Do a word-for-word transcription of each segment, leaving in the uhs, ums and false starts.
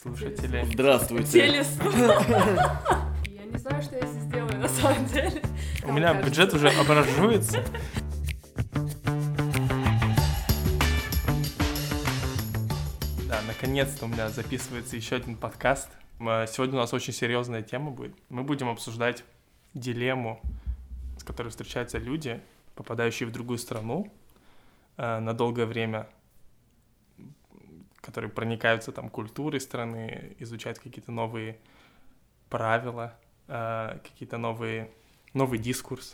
телеслушателей. Здравствуйте. Телеслушателей. Я не знаю, что я здесь делаю на самом деле. У меня бюджет уже образуется. Да, наконец-то у меня записывается еще один подкаст. Сегодня у нас очень серьезная тема будет. Мы будем обсуждать дилемму, с которой встречаются люди, попадающие в другую страну э, на долгое время, которые проникаются там культурой страны, изучают какие-то новые правила, э, какие-то новые, новый дискурс.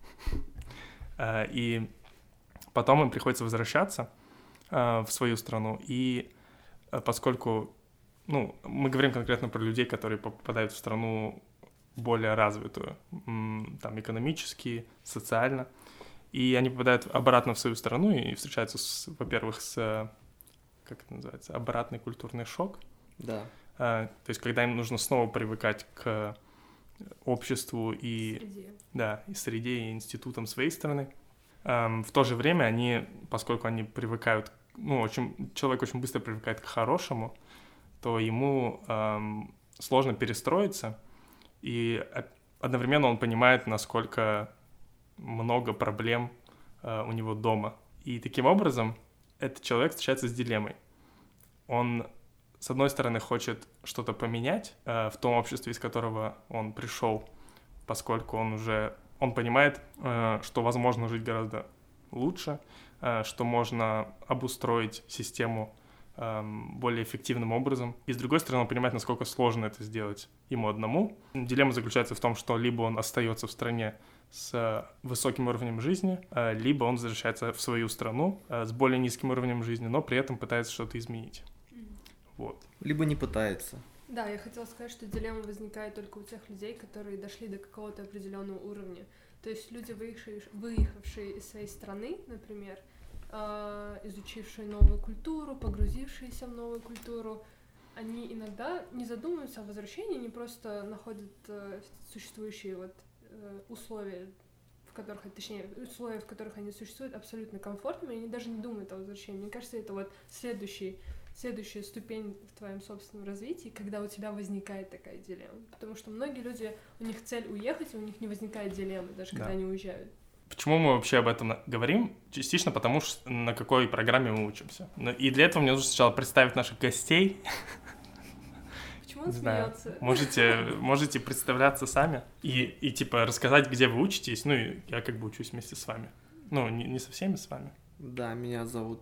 Э, и потом им приходится возвращаться э, в свою страну. И э, поскольку, ну, мы говорим конкретно про людей, которые попадают в страну более развитую, там, экономически, социально, и они попадают обратно в свою страну и встречаются, с, во-первых, с, как это называется, обратный культурный шок. Да. А, то есть, когда им нужно снова привыкать к обществу и, Среде. да, и среде, и институтам своей страны. А, в то же время они, поскольку они привыкают, ну, очень, человек очень быстро привыкает к хорошему, то ему а, сложно перестроиться, и одновременно он понимает, насколько много проблем э, у него дома. И таким образом этот человек встречается с дилеммой. Он, с одной стороны, хочет что-то поменять э, в том обществе, из которого он пришел, поскольку он уже он понимает, э, что возможно жить гораздо лучше, э, что можно обустроить систему более эффективным образом. И с другой стороны, он понимает, насколько сложно это сделать ему одному. Дилемма заключается в том, что либо он остается в стране с высоким уровнем жизни, либо он возвращается в свою страну с более низким уровнем жизни, но при этом пытается что-то изменить. Mm. Вот. Либо не пытается. Да, я хотела сказать, что дилемма возникает только у тех людей, которые дошли до какого-то определенного уровня. То есть люди, выехавшие, выехавшие из своей страны, например, изучившие новую культуру, погрузившиеся в новую культуру, они иногда не задумываются о возвращении, они просто находят э, существующие вот, э, условия, в которых, точнее, условия, в которых они существуют, абсолютно комфортными, и они даже не думают о возвращении. Мне кажется, это вот следующий, следующая ступень в твоем собственном развитии, когда у тебя возникает такая дилемма. Потому что многие люди, у них цель уехать, и у них не возникает дилеммы, даже когда да. они уезжают. Почему мы вообще об этом говорим? Частично потому, что на какой программе мы учимся. И для этого мне нужно сначала представить наших гостей. Почему он смеется? Можете, можете представляться сами и, и типа рассказать, где вы учитесь. Ну, и я как бы учусь вместе с вами. Ну, не, не со всеми с вами. Да, меня зовут...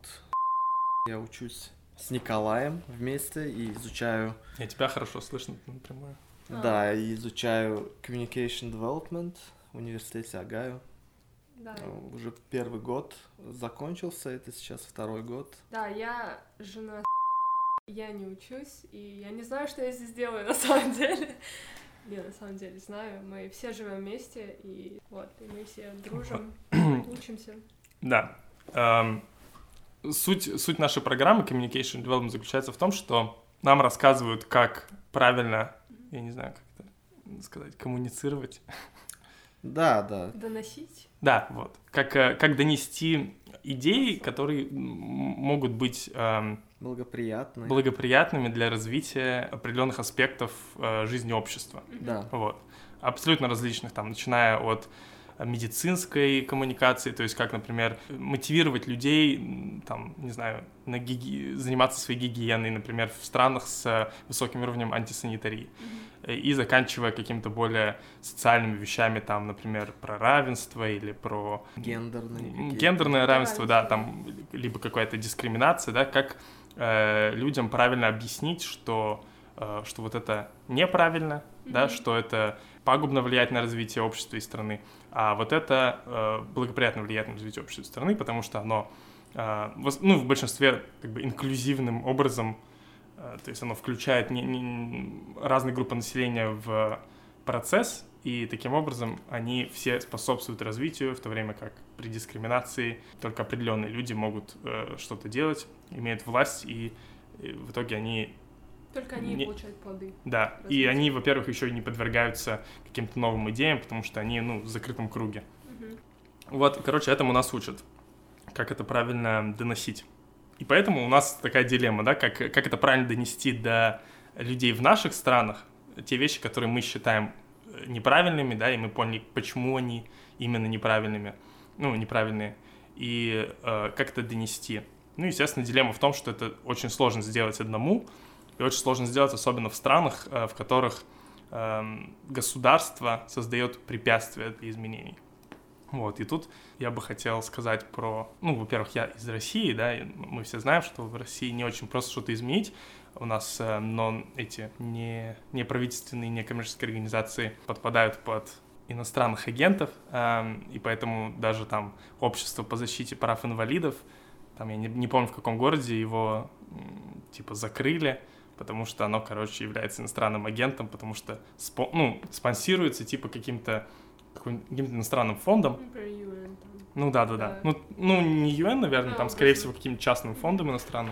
Я учусь с Николаем вместе и изучаю... Я тебя хорошо слышно напрямую. Да, и изучаю Communication Development в университете Огайо. Да. Уже первый год закончился, это сейчас второй год. Да, я жена, я не учусь, и я не знаю, что я здесь делаю на самом деле. Я на самом деле знаю, мы все живем вместе, и вот, и мы все дружим, учимся. Да. Эм, суть, суть нашей программы Communication Development заключается в том, что нам рассказывают, как правильно, я не знаю, как это сказать, коммуницировать. Да, да. Доносить? Да, вот. Как, как донести идеи, которые могут быть эм, благоприятными. благоприятными для развития определенных аспектов э, жизни общества. Да. Вот. Абсолютно различных, там, начиная от медицинской коммуникации, то есть как, например, мотивировать людей, там, не знаю, на гиги... заниматься своей гигиеной, например, в странах с высоким уровнем антисанитарии. Mm-hmm. И заканчивая какими-то более социальными вещами, там, например, про равенство или про... Гендерные. Гендерное равенство, да, там, либо какая-то дискриминация, да, как э, людям правильно объяснить, что, э, что вот это неправильно, mm-hmm. да, что это пагубно влияет на развитие общества и страны, а вот это э, благоприятно влияет на развитие общества и страны, потому что оно, э, в, ну, в большинстве как бы инклюзивным образом, э, то есть оно включает не, не, разные группы населения в процесс, и таким образом они все способствуют развитию, в то время как при дискриминации только определенные люди могут э, что-то делать, имеют власть, и, и в итоге они... Только они не... получают плоды. Да, развития. И они, во-первых, еще и не подвергаются каким-то новым идеям, потому что они, ну, в закрытом круге. Угу. Вот, короче, этому нас учат, как это правильно доносить. И поэтому у нас такая дилемма, да, как, как это правильно донести до людей в наших странах, те вещи, которые мы считаем неправильными, да, и мы поняли, почему они именно неправильными, ну, неправильные, и э, как это донести. Ну, естественно, дилемма в том, что это очень сложно сделать одному, и очень сложно сделать, особенно в странах, э, в которых э, государство создает препятствия для изменений. Вот, и тут я бы хотел сказать про, ну, во-первых, я из России, да, и мы все знаем, что в России не очень просто что-то изменить. У нас э, но эти не, неправительственные, некоммерческие организации подпадают под иностранных агентов, э, и поэтому даже там общество по защите прав инвалидов, там я не, не помню в каком городе его типа закрыли, потому что оно, короче, является иностранным агентом, потому что спо, ну, спонсируется типа каким-то каким-то иностранным фондом. ю эн, там. Ну да, да, да. да. Ну, ну, не ю эн, наверное, а, там, скорее всего, каким-то частным фондом иностранным.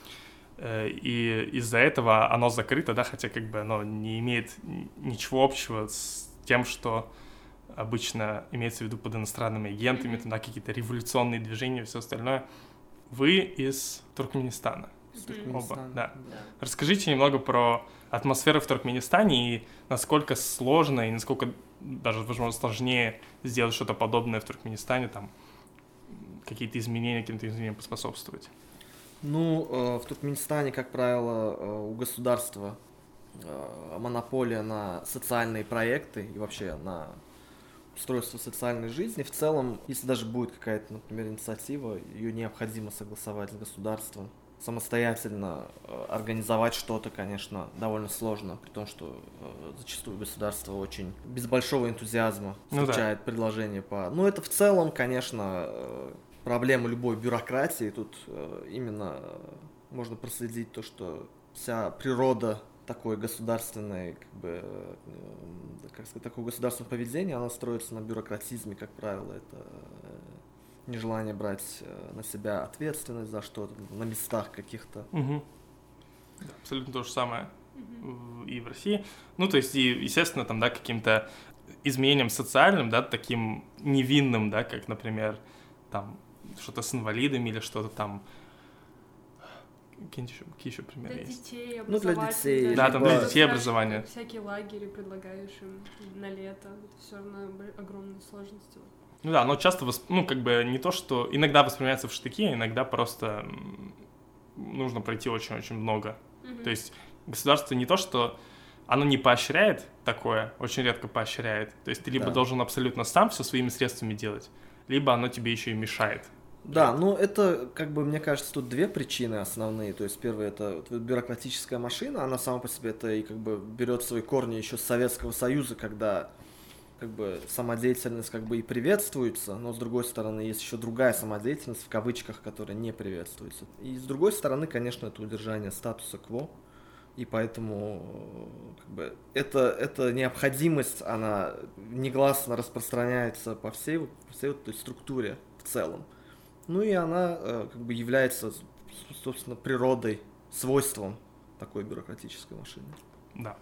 И из-за этого оно закрыто, да, хотя как бы оно не имеет ничего общего с тем, что обычно имеется в виду под иностранными агентами, там, да, какие-то революционные движения и все остальное. Вы из Туркменистана. Туркменистан, Оба, да. Да. Расскажите немного про атмосферу в Туркменистане и насколько сложно и насколько даже, возможно, сложнее сделать что-то подобное в Туркменистане, там, какие-то изменения, каким-то изменениям поспособствовать. Ну, э, в Туркменистане, как правило, э, у государства э, монополия на социальные проекты и вообще на устройство социальной жизни. В целом, если даже будет какая-то, например, инициатива, ее необходимо согласовать с государством. Самостоятельно э, организовать что-то, конечно, довольно сложно, при том, что э, зачастую государство очень без большого энтузиазма встречает ну, да. предложения по... Ну, это в целом, конечно, э, проблема любой бюрократии. Тут э, именно э, можно проследить то, что вся природа такой государственной, как бы, э, как сказать, такого государственного поведения, она строится на бюрократизме, как правило, это... Э, нежелание брать на себя ответственность за что-то на местах каких-то. Угу. Да, абсолютно то же самое угу. и в России. Ну, то есть, и, естественно, там, да, каким-то изменением социальным, да, таким невинным, да, как, например, там, что-то с инвалидами или что-то там. Какие еще, какие еще примеры для есть? Детей, ну, для детей. Да, там для детей образование. Всякие лагеря предлагаешь им на лето. Это все равно огромные сложности. Ну да, оно часто, восп... ну, как бы не то, что иногда воспринимается в штыки, а иногда просто нужно пройти очень-очень много. Mm-hmm. То есть государство не то, что оно не поощряет такое, очень редко поощряет. То есть ты либо да. должен абсолютно сам все своими средствами делать, либо оно тебе еще и мешает. Да, ну это, как бы, мне кажется, тут две причины основные. То есть первая — это вот бюрократическая машина, она сама по себе это и как бы берет свои корни еще с Советского Союза, когда как бы самодеятельность как бы и приветствуется, но с другой стороны есть еще другая самодеятельность в кавычках, которая не приветствуется. И с другой стороны, конечно, это удержание статуса кво, и поэтому как бы это, эта необходимость, она негласно распространяется по всей, по всей вот этой структуре в целом. Ну и она как бы является, собственно, природой, свойством такой бюрократической машины. Да.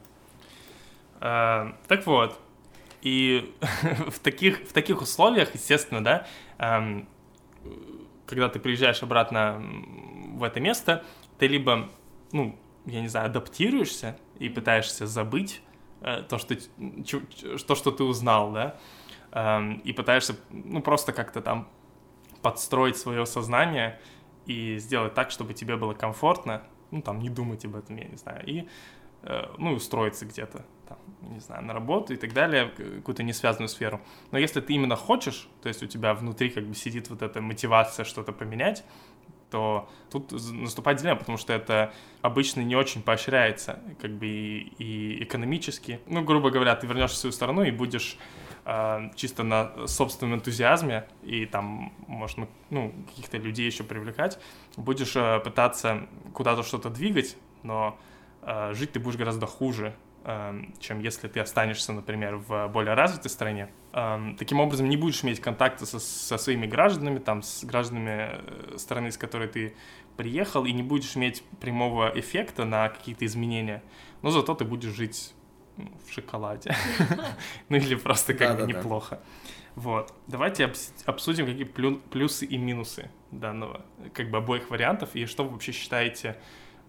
А, так вот. И в таких, в таких условиях, естественно, да, эм, когда ты приезжаешь обратно в это место, ты либо, ну, я не знаю, адаптируешься и пытаешься забыть э, то, что, то, что ты узнал, да, эм, и пытаешься, ну, просто как-то там подстроить свое сознание и сделать так, чтобы тебе было комфортно, ну, там, не думать об этом, я не знаю, и, э, ну, устроиться где-то. Там, не знаю, на работу и так далее, какую-то несвязанную сферу. Но если ты именно хочешь, то есть у тебя внутри как бы сидит вот эта мотивация что-то поменять, то тут наступает дилемма, потому что это обычно не очень поощряется, как бы и, и экономически. Ну, грубо говоря, ты вернешься в свою страну и будешь э, чисто на собственном энтузиазме и там, может, ну, каких-то людей еще привлекать, будешь э, пытаться куда-то что-то двигать, но э, жить ты будешь гораздо хуже, чем если ты останешься, например, в более развитой стране. Таким образом, не будешь иметь контакта со, со своими гражданами, там, с гражданами страны, с которой ты приехал, и не будешь иметь прямого эффекта на какие-то изменения, но зато ты будешь жить в шоколаде. Ну или просто как бы неплохо. Вот. Давайте обсудим, какие плюсы и минусы данного, как бы обоих вариантов, и что вы вообще считаете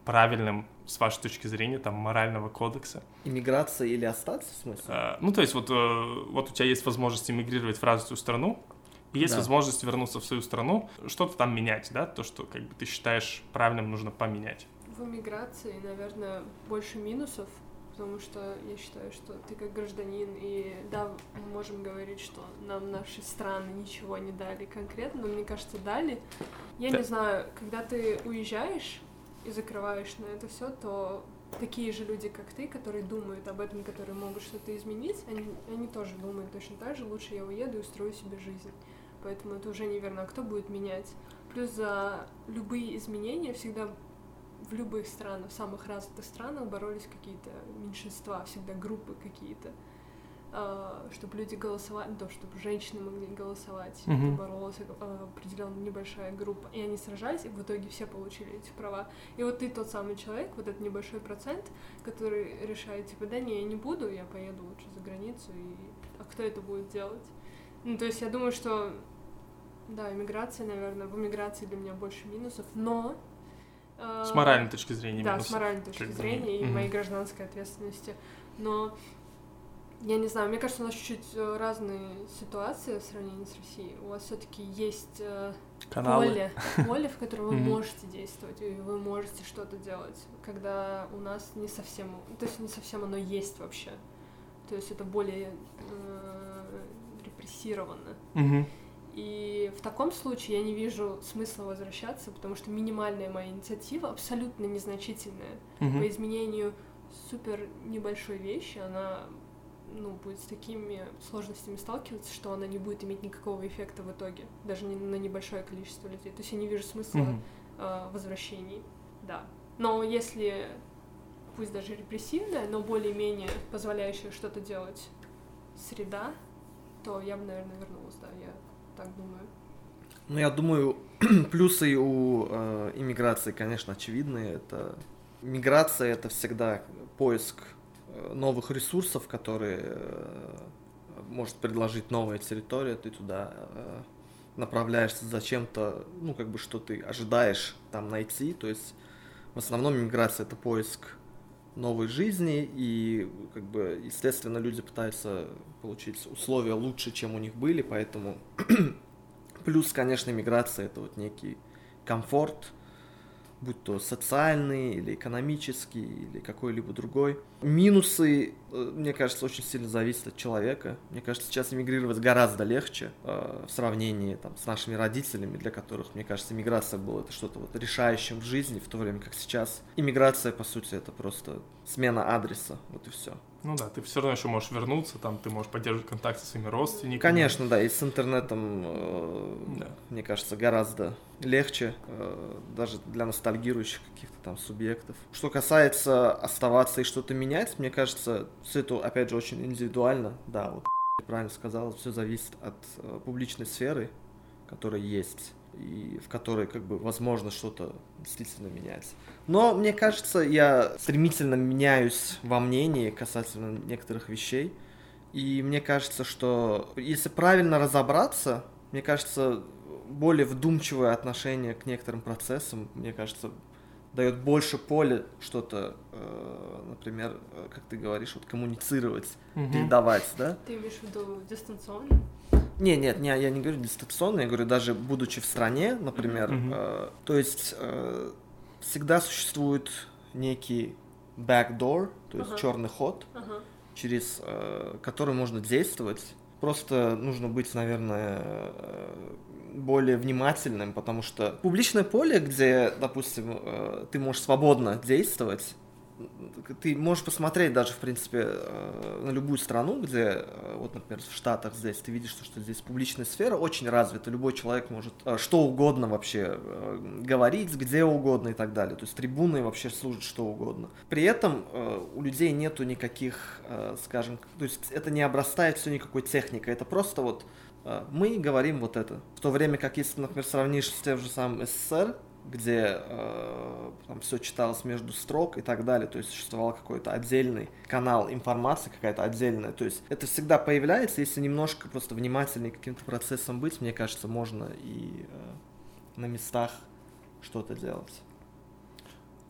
правильным, с вашей точки зрения, там, морального кодекса? Иммиграция или остаться, в смысле? А, ну, то есть вот, вот у тебя есть возможность эмигрировать в разную страну, и есть да. возможность вернуться в свою страну, что-то там менять, да, то, что как бы ты считаешь правильным, нужно поменять. В эмиграции, наверное, больше минусов, потому что я считаю, что ты как гражданин, и да, мы можем говорить, что нам наши страны ничего не дали конкретно, но мне кажется, дали. Я да. не знаю, когда ты уезжаешь и закрываешь на это все, то такие же люди, как ты, которые думают об этом, которые могут что-то изменить, они, они тоже думают точно так же, лучше я уеду и устрою себе жизнь. Поэтому это уже неверно, а кто будет менять. Плюс за любые изменения всегда в любых странах, в самых развитых странах боролись какие-то меньшинства, всегда группы какие-то, чтобы люди голосовали, то, чтобы женщины могли голосовать, mm-hmm. это боролась определенная небольшая группа, и они сражались, и в итоге все получили эти права. И вот ты тот самый человек, вот этот небольшой процент, который решает, типа, да не, я не буду, я поеду лучше за границу, и а кто это будет делать? Ну, то есть я думаю, что, да, иммиграция, наверное, в иммиграции для меня больше минусов, но... С моральной точки зрения да, минусов. Да, с моральной точки зрения и mm-hmm. моей гражданской ответственности, но... Я не знаю, мне кажется, у нас чуть-чуть разные ситуации в сравнении с Россией. У вас все-таки есть Каналы. поле, поле, в котором вы можете действовать, и вы можете что-то делать, когда у нас не совсем, то есть не совсем оно есть вообще. То есть это более э, репрессировано. Mm-hmm. И в таком случае я не вижу смысла возвращаться, потому что минимальная моя инициатива абсолютно незначительная. Mm-hmm. По изменению супер небольшой вещи, она... ну, будет с такими сложностями сталкиваться, что она не будет иметь никакого эффекта в итоге, даже не на небольшое количество людей. То есть я не вижу смысла mm-hmm. э, возвращений, да. Но если, пусть даже репрессивная, но более-менее позволяющая что-то делать среда, то я бы, наверное, вернулась, да, я так думаю. Ну, я думаю, плюсы у э, иммиграции, конечно, очевидные. Это миграция — это всегда поиск новых ресурсов, которые э, может предложить новая территория, ты туда э, направляешься за чем-то, ну, как бы, что ты ожидаешь там найти, то есть в основном миграция — это поиск новой жизни, и, как бы, естественно, люди пытаются получить условия лучше, чем у них были, поэтому плюс, конечно, миграция — это вот некий комфорт, будь то социальный или экономический, или какой-либо другой. Минусы, мне кажется, очень сильно зависят от человека. Мне кажется, сейчас эмигрировать гораздо легче э, в сравнении там, с нашими родителями, для которых, мне кажется, иммиграция была это что-то вот решающим в жизни, в то время как сейчас иммиграция, по сути, это просто смена адреса, вот и все. Ну да, ты все равно еще можешь вернуться, там ты можешь поддерживать контакт со своими родственниками. Конечно, да, и с интернетом, э, да. мне кажется, гораздо легче, э, даже для ностальгирующих каких-то там субъектов. Что касается оставаться и что-то менять, мне кажется, все это, опять же, очень индивидуально. Да, вот ты правильно сказал, все зависит от э, публичной сферы, которая есть, и в которой, как бы, возможно что-то действительно менять. Но, мне кажется, я стремительно меняюсь во мнении касательно некоторых вещей, и мне кажется, что если правильно разобраться, мне кажется, более вдумчивое отношение к некоторым процессам, мне кажется, дает больше поля что-то, э, например, как ты говоришь, вот коммуницировать, угу. передавать, да? Ты имеешь в виду дистанционно? Не, нет, не, я не говорю дистанционно, я говорю даже будучи в стране, например. Mm-hmm. э, то есть э, всегда существует некий backdoor, то есть uh-huh. черный ход, uh-huh. через э, который можно действовать. Просто нужно быть, наверное, э, более внимательным, потому что публичное поле, где, допустим, э, ты можешь свободно действовать, ты можешь посмотреть даже, в принципе, на любую страну, где, вот, например, в Штатах здесь, ты видишь, что здесь публичная сфера очень развита, любой человек может что угодно вообще говорить, где угодно и так далее, то есть трибуны вообще служат что угодно. При этом у людей нету никаких, скажем, то есть это не обрастает все никакой техникой, это просто вот мы говорим вот это. В то время как, если, например, сравнишь с тем же самым СССР, где э, там все читалось между строк и так далее, то есть существовал какой-то отдельный канал информации, какая-то отдельная, то есть это всегда появляется, если немножко просто внимательнее к каким-то процессам быть, мне кажется, можно и э, на местах что-то делать.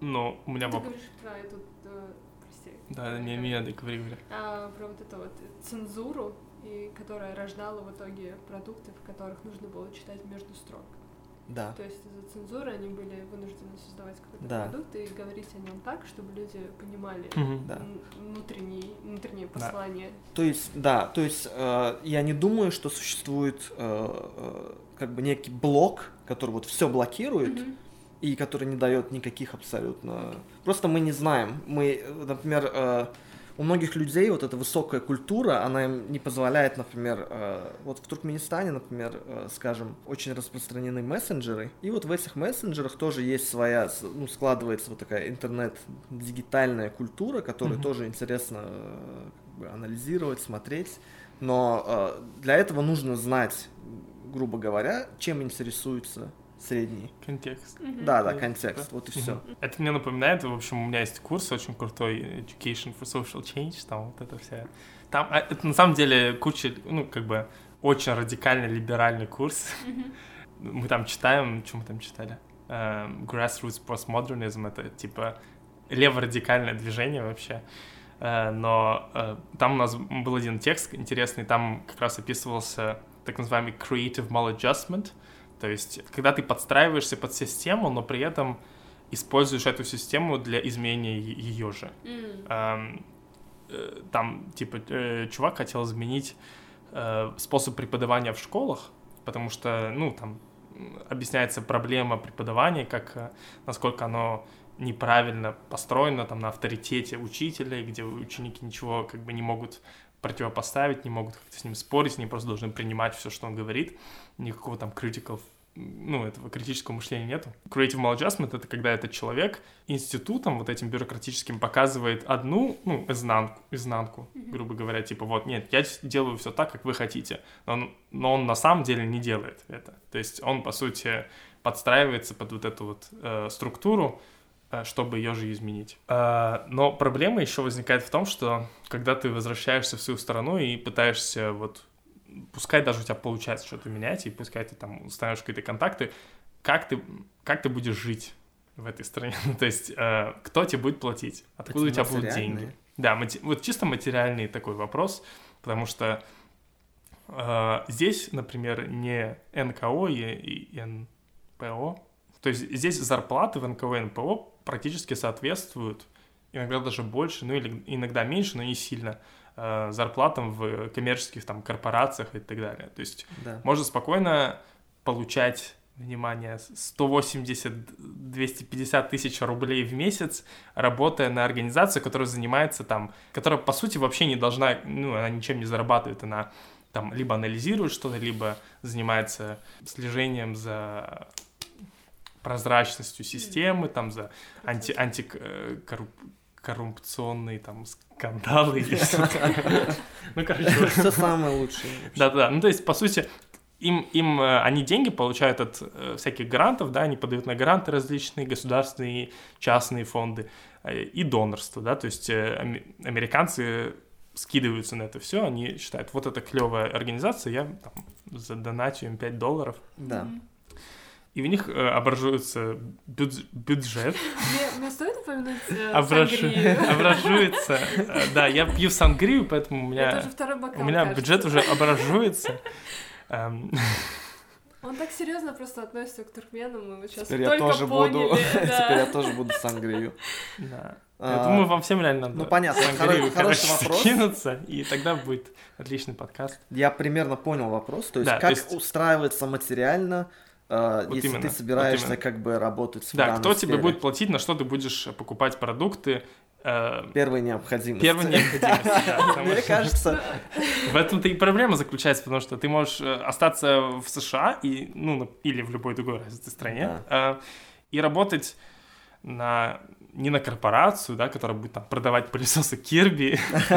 Но у меня Ты вопрос. говоришь про эту, э, прости. Да, не, не надо, говори, говори. А, про вот эту вот цензуру, и которая рождала в итоге продукты, в которых нужно было читать между строк. Да. То есть из-за цензуры они были вынуждены создавать какой-то Да. продукт и говорить о нем так, чтобы люди понимали Мгм. Да. н- внутренние, внутреннее Да. послание. То есть, да, то есть э, я не думаю, что существует э, э, как бы некий блок, который вот все блокирует, Мгм. и который не дает никаких абсолютно... Просто мы не знаем. Мы, э, например, э, у многих людей вот эта высокая культура, она им не позволяет, например, э, вот в Туркменистане, например, э, скажем, очень распространены мессенджеры, и вот в этих мессенджерах тоже есть своя, с- ну, складывается вот такая интернет-дигитальная культура, которую Мгм. тоже интересно э, как бы анализировать, смотреть, но э, для этого нужно знать, грубо говоря, чем интересуется средний. Контекст. Мгм. Да, да, Есть, контекст, да. вот и Мгм. все. Это мне напоминает, в общем, у меня есть курс очень крутой, Education for Social Change, там вот это вся. Там, а, это на самом деле куча, ну, как бы, очень радикальный, либеральный курс. Мгм. Мы там читаем, что мы там читали? Эм, Grassroots Postmodernism, это, типа, леворадикальное движение вообще. Э, Но э, там у нас был один текст интересный, там как раз описывался так называемый creative maladjustment, то есть когда ты подстраиваешься под систему, но при этом используешь эту систему для изменения ее же. М. Эм, э, Там, типа, э, чувак хотел изменить э, способ преподавания в школах, потому что, ну, там м, объясняется проблема преподавания, как, э, насколько оно неправильно построено, там, на авторитете учителя, где ученики ничего, как бы, не могут противопоставить, не могут как-то с ним спорить, они просто должны принимать все, что он говорит, никакого там critical, ну, этого критического мышления нету. Creative maladjustment — это когда этот человек институтом вот этим бюрократическим показывает одну, ну, изнанку, изнанку, грубо говоря, типа, вот, нет, я делаю все так, как вы хотите, но он, но он на самом деле не делает это. То есть он, по сути, подстраивается под вот эту вот э, структуру, э, чтобы ее же изменить. Э, но проблема еще возникает в том, что когда ты возвращаешься в свою страну и пытаешься вот, пускай даже у тебя получается что-то менять, и пускай ты там установишь какие-то контакты, как ты, как ты будешь жить в этой стране? То есть, э, кто тебе будет платить? Откуда у тебя будут Материальные? деньги? Да, мати- вот чисто материальный такой вопрос, потому что э, здесь, например, не эн ка о и, и эн пэ о, то есть здесь зарплаты в эн ка о и эн пэ о практически соответствуют, иногда даже больше, ну или иногда меньше, но не сильно, э, зарплатам в коммерческих там корпорациях и так далее. То есть Да. можно спокойно получать, внимание, сто восемьдесят - двести пятьдесят тысяч рублей в месяц, работая на организацию, которая занимается там, которая, по сути, вообще не должна, ну, она ничем не зарабатывает, она там либо анализирует что-то, либо занимается слежением за прозрачностью системы, там, за анти, антикоррупционные там скандалы или что-то. Ну, короче. Все самое лучшее. Да-да, ну то есть, по сути, им, им э, они деньги получают от э, всяких грантов, да, они подают на гранты различные, государственные, частные фонды э, и донорство, да, то есть э, ами- американцы скидываются на это все, они считают, вот это клевая организация, я там задоначу им пять долларов, Да. и в них э, образуется бюдж- бюджет, Мне, мне стоит упомянуть э, ображ- сангрию? образуется, э, да, я пью сангрию, поэтому у меня, Это уже второй бокал, у меня кажется. бюджет уже образуется. Эм, Он так серьезно просто относится к туркменам, мы вот сейчас Теперь я только тоже поняли. буду. да. Теперь я тоже буду сангрию. Да. А, Я думаю, вам всем реально надо ну, понятно, сангрию, хоро- хороший короче, вопрос. скинуться, и тогда будет отличный подкаст. Я примерно понял вопрос. То есть, Да, то как есть- устраиваться материально, э, Вот если именно, ты вот собираешься именно. как бы работать в Да, данной кто тебе сфере? будет платить, на что ты будешь покупать продукты. э, Первой необходимости. Первой необходимости, да, потому Мне что кажется, в этом-то и проблема заключается, потому что ты можешь э, остаться в США и, ну, на- или в любой другой развитой стране э, и работать на, не на корпорацию, да, которая будет там продавать пылесосы Kirby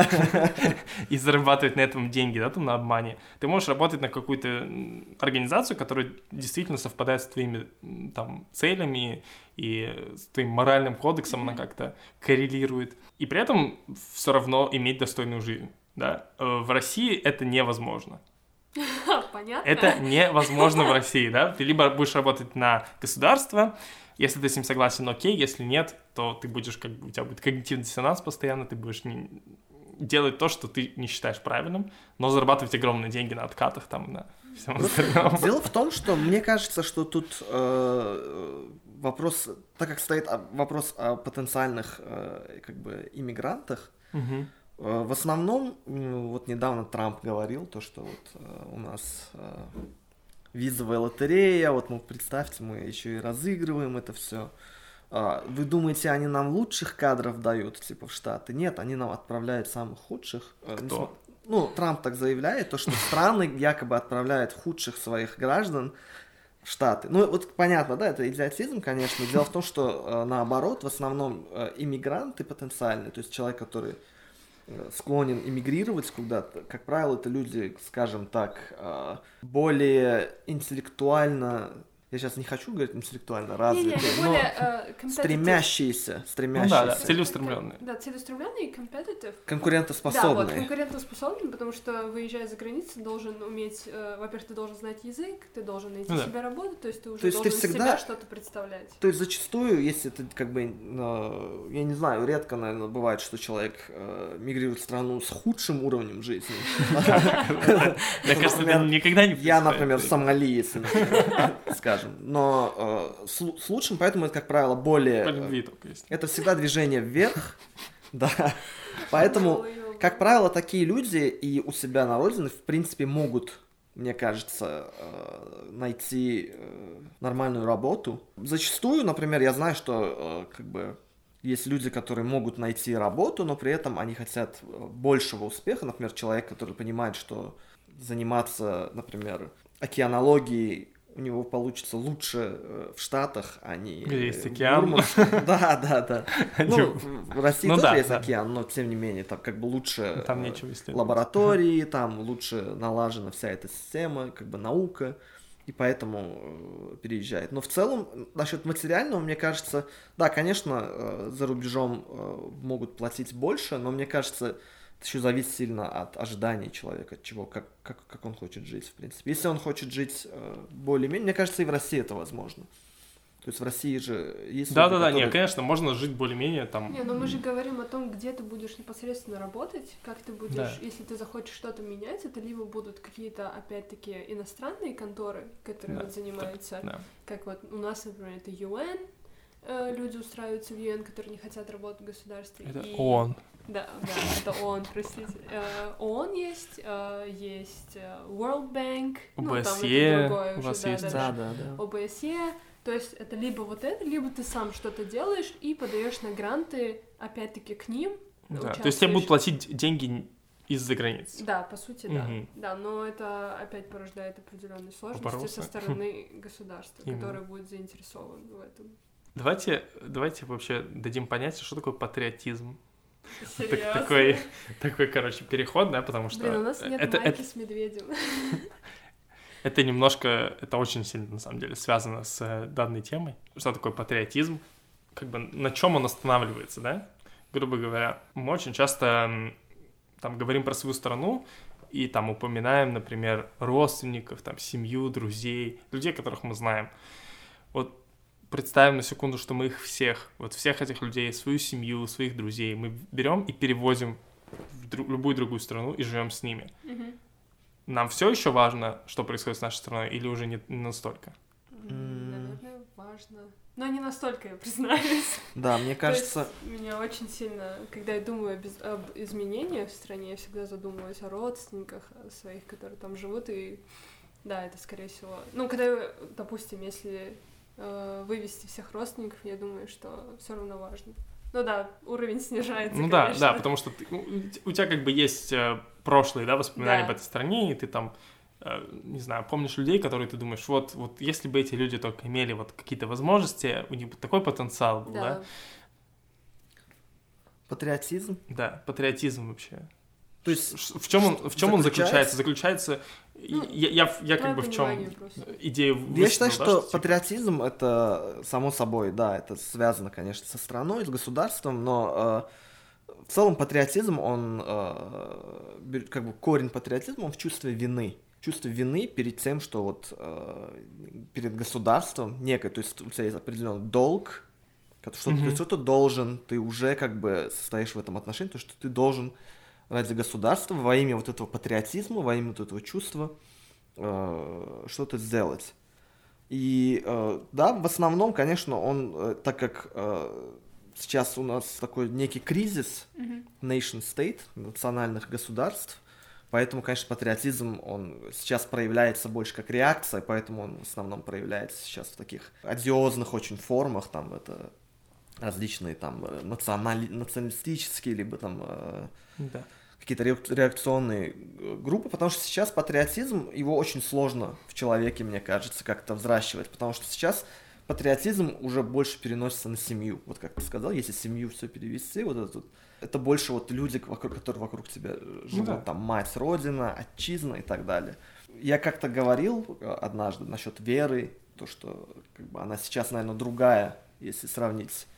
и зарабатывать на этом деньги, да, там на обмане. Ты можешь работать на какую-то м, организацию, которая действительно совпадает с твоими м, там целями и с твоим моральным кодексом, она как-то коррелирует. И при этом все равно иметь достойную жизнь, да. Э, В России это невозможно. Понятно? Это невозможно в России, да? Ты либо будешь работать на государство, Если ты с ним согласен, окей, если нет, то ты будешь, как бы, у тебя будет когнитивный диссонанс постоянно, ты будешь не... делать то, что ты не считаешь правильным, но зарабатывать огромные деньги на откатах, там, на всем остальном. Дело в том, что мне кажется, что тут э, вопрос, так как стоит вопрос о потенциальных э, как бы иммигрантах, Угу. э, в основном, вот недавно Трамп говорил то, что вот э, у нас э, визовая лотерея, вот мы, представьте, мы еще и разыгрываем это все. Вы думаете, они нам лучших кадров дают, типа, в Штаты? Нет, они нам отправляют самых худших. Кто? Ну, Трамп так заявляет, то, что страны якобы отправляют худших своих граждан в Штаты. Ну, вот понятно, да, это идиотизм, конечно. Дело в том, что наоборот, в основном иммигранты потенциальные, то есть человек, который склонен иммигрировать куда-то, как правило, это люди, скажем так, более интеллектуально... Я сейчас не хочу говорить интеллектуально развитые, не, не, но более, uh, стремящиеся, стремящиеся. Ну да, да, целеустремленные. Да, целеустремленные и competitive. Конкурентоспособные. Да, вот, конкурентоспособный, потому что, выезжая за границу, ты должен уметь, э, во-первых, ты должен знать язык, ты должен найти ну, себе да. работу, то есть ты уже то есть должен ты всегда... себя что-то представлять. То есть зачастую, если ты как бы, э, я не знаю, редко, наверное, бывает, что человек э, мигрирует в страну с худшим уровнем жизни. Мне кажется, это никогда не происходит. Я, например, сомалиец, скажем, но с лучшим, поэтому это, как правило, более... По любви только есть. Это всегда движение вверх, да. Поэтому, как правило, такие люди и у себя на родине, в принципе, могут, мне кажется, найти нормальную работу. Зачастую, например, я знаю, что как бы есть люди, которые могут найти работу, но при этом они хотят большего успеха. Например, человек, который понимает, что заниматься, например, океанологией у него получится лучше в Штатах, а не где есть в океан. Мурманске. Да, да, да. Ну, в России ну, тоже да, есть да. океан, но тем не менее, там как бы лучше там нечего исследовать. лаборатории, там лучше налажена вся эта система, как бы наука, и поэтому переезжает. Но в целом, насчет материального, мне кажется, да, конечно, за рубежом могут платить больше, но мне кажется, это еще зависит сильно от ожиданий человека, от чего, как, как, как он хочет жить, в принципе. Если он хочет жить э, более-менее, мне кажется, и в России это возможно. То есть в России же есть... Да, люди, да, да, которые... нет, конечно, можно жить более-менее там... Не, но мы же говорим о том, где ты будешь непосредственно работать, как ты будешь, да. если ты захочешь что-то менять, это либо будут какие-то, опять-таки, иностранные конторы, которые да, вот занимаются, да. как вот у нас, например, это ю эн, э, люди устраиваются в ю эн, которые не хотят работать в государстве. Это и... ООН. Да, да, это ООН, простите. ООН есть, есть World Bank, ну, там это другое у вас уже, есть, да, да, да, да. о бэ эс е, то есть это либо вот это, либо ты сам что-то делаешь и подаешь на гранты, опять-таки, к ним. Да, то есть тебе будут платить деньги из-за границы. Да, по сути, да. Угу. Да, но это опять порождает определенные сложности Вопросы. со стороны государства, Именно. которое будет заинтересован в этом. Давайте, давайте вообще дадим понять, что такое патриотизм. Серьезно? Такой, такой, короче, переход, да, потому что... Блин, у нас нет это, майки это, с медведем. Это немножко, это очень сильно, на самом деле, связано с данной темой. Что такое патриотизм? Как бы на чем он останавливается, да? Грубо говоря, мы очень часто там говорим про свою страну и там упоминаем, например, родственников, там, семью, друзей, людей, которых мы знаем. Вот представим на секунду, что мы их всех, вот всех этих людей, свою семью, своих друзей, мы берем и перевозим в друг, любую другую страну и живем с ними. Mm-hmm. Нам все еще важно, что происходит с нашей страной, или уже не, не настолько? Mm, наверное, важно. Но не настолько, я признаюсь. Да, мне кажется... То есть меня очень сильно, когда я думаю об, из... об изменениях в стране, я всегда задумываюсь о родственниках о своих, которые там живут, и да, это скорее всего... Ну, когда, допустим, если э, вывести всех родственников, я думаю, что все равно важно. Ну да, уровень снижается, Ну конечно. да, да, потому что ты, у тебя как бы есть э, прошлые, да, воспоминания да. об этой стране, и ты там, э, не знаю, помнишь людей, которые ты думаешь, вот, вот если бы эти люди только имели вот какие-то возможности, у них бы такой потенциал был, да? Да. Патриотизм? Да, патриотизм вообще. То есть в чем он, в чем он заключается? заключается? Заключается, я, я, я как бы в чем идею высказал, Я считаю, да, что, что типа... патриотизм это само собой, да, это связано, конечно, со страной, с государством, но э, в целом патриотизм, он э, как бы корень патриотизма, он в чувстве вины. чувство вины перед тем, что вот э, перед государством некое, то есть у тебя есть определенный долг, что mm-hmm. ты что-то должен, ты уже как бы состоишь в этом отношении, то, что ты должен ради государства, во имя вот этого патриотизма, во имя вот этого чувства э, что-то сделать. И э, да, в основном, конечно, он, э, так как э, сейчас у нас такой некий кризис mm-hmm. nation state, национальных государств, поэтому, конечно, патриотизм, он сейчас проявляется больше как реакция, поэтому он в основном проявляется сейчас в таких одиозных очень формах, там, это различные там национали... националистические, либо там э, да. какие-то реакционные группы, потому что сейчас патриотизм, его очень сложно в человеке, мне кажется, как-то взращивать, потому что сейчас патриотизм уже больше переносится на семью, вот как ты сказал, если семью все перевести, вот это, это больше вот люди, вокруг, которые вокруг тебя живут, ну, да. там мать, родина, отчизна и так далее. Я как-то говорил однажды насчет веры, то, что как бы, она сейчас, наверное, другая, если сравнить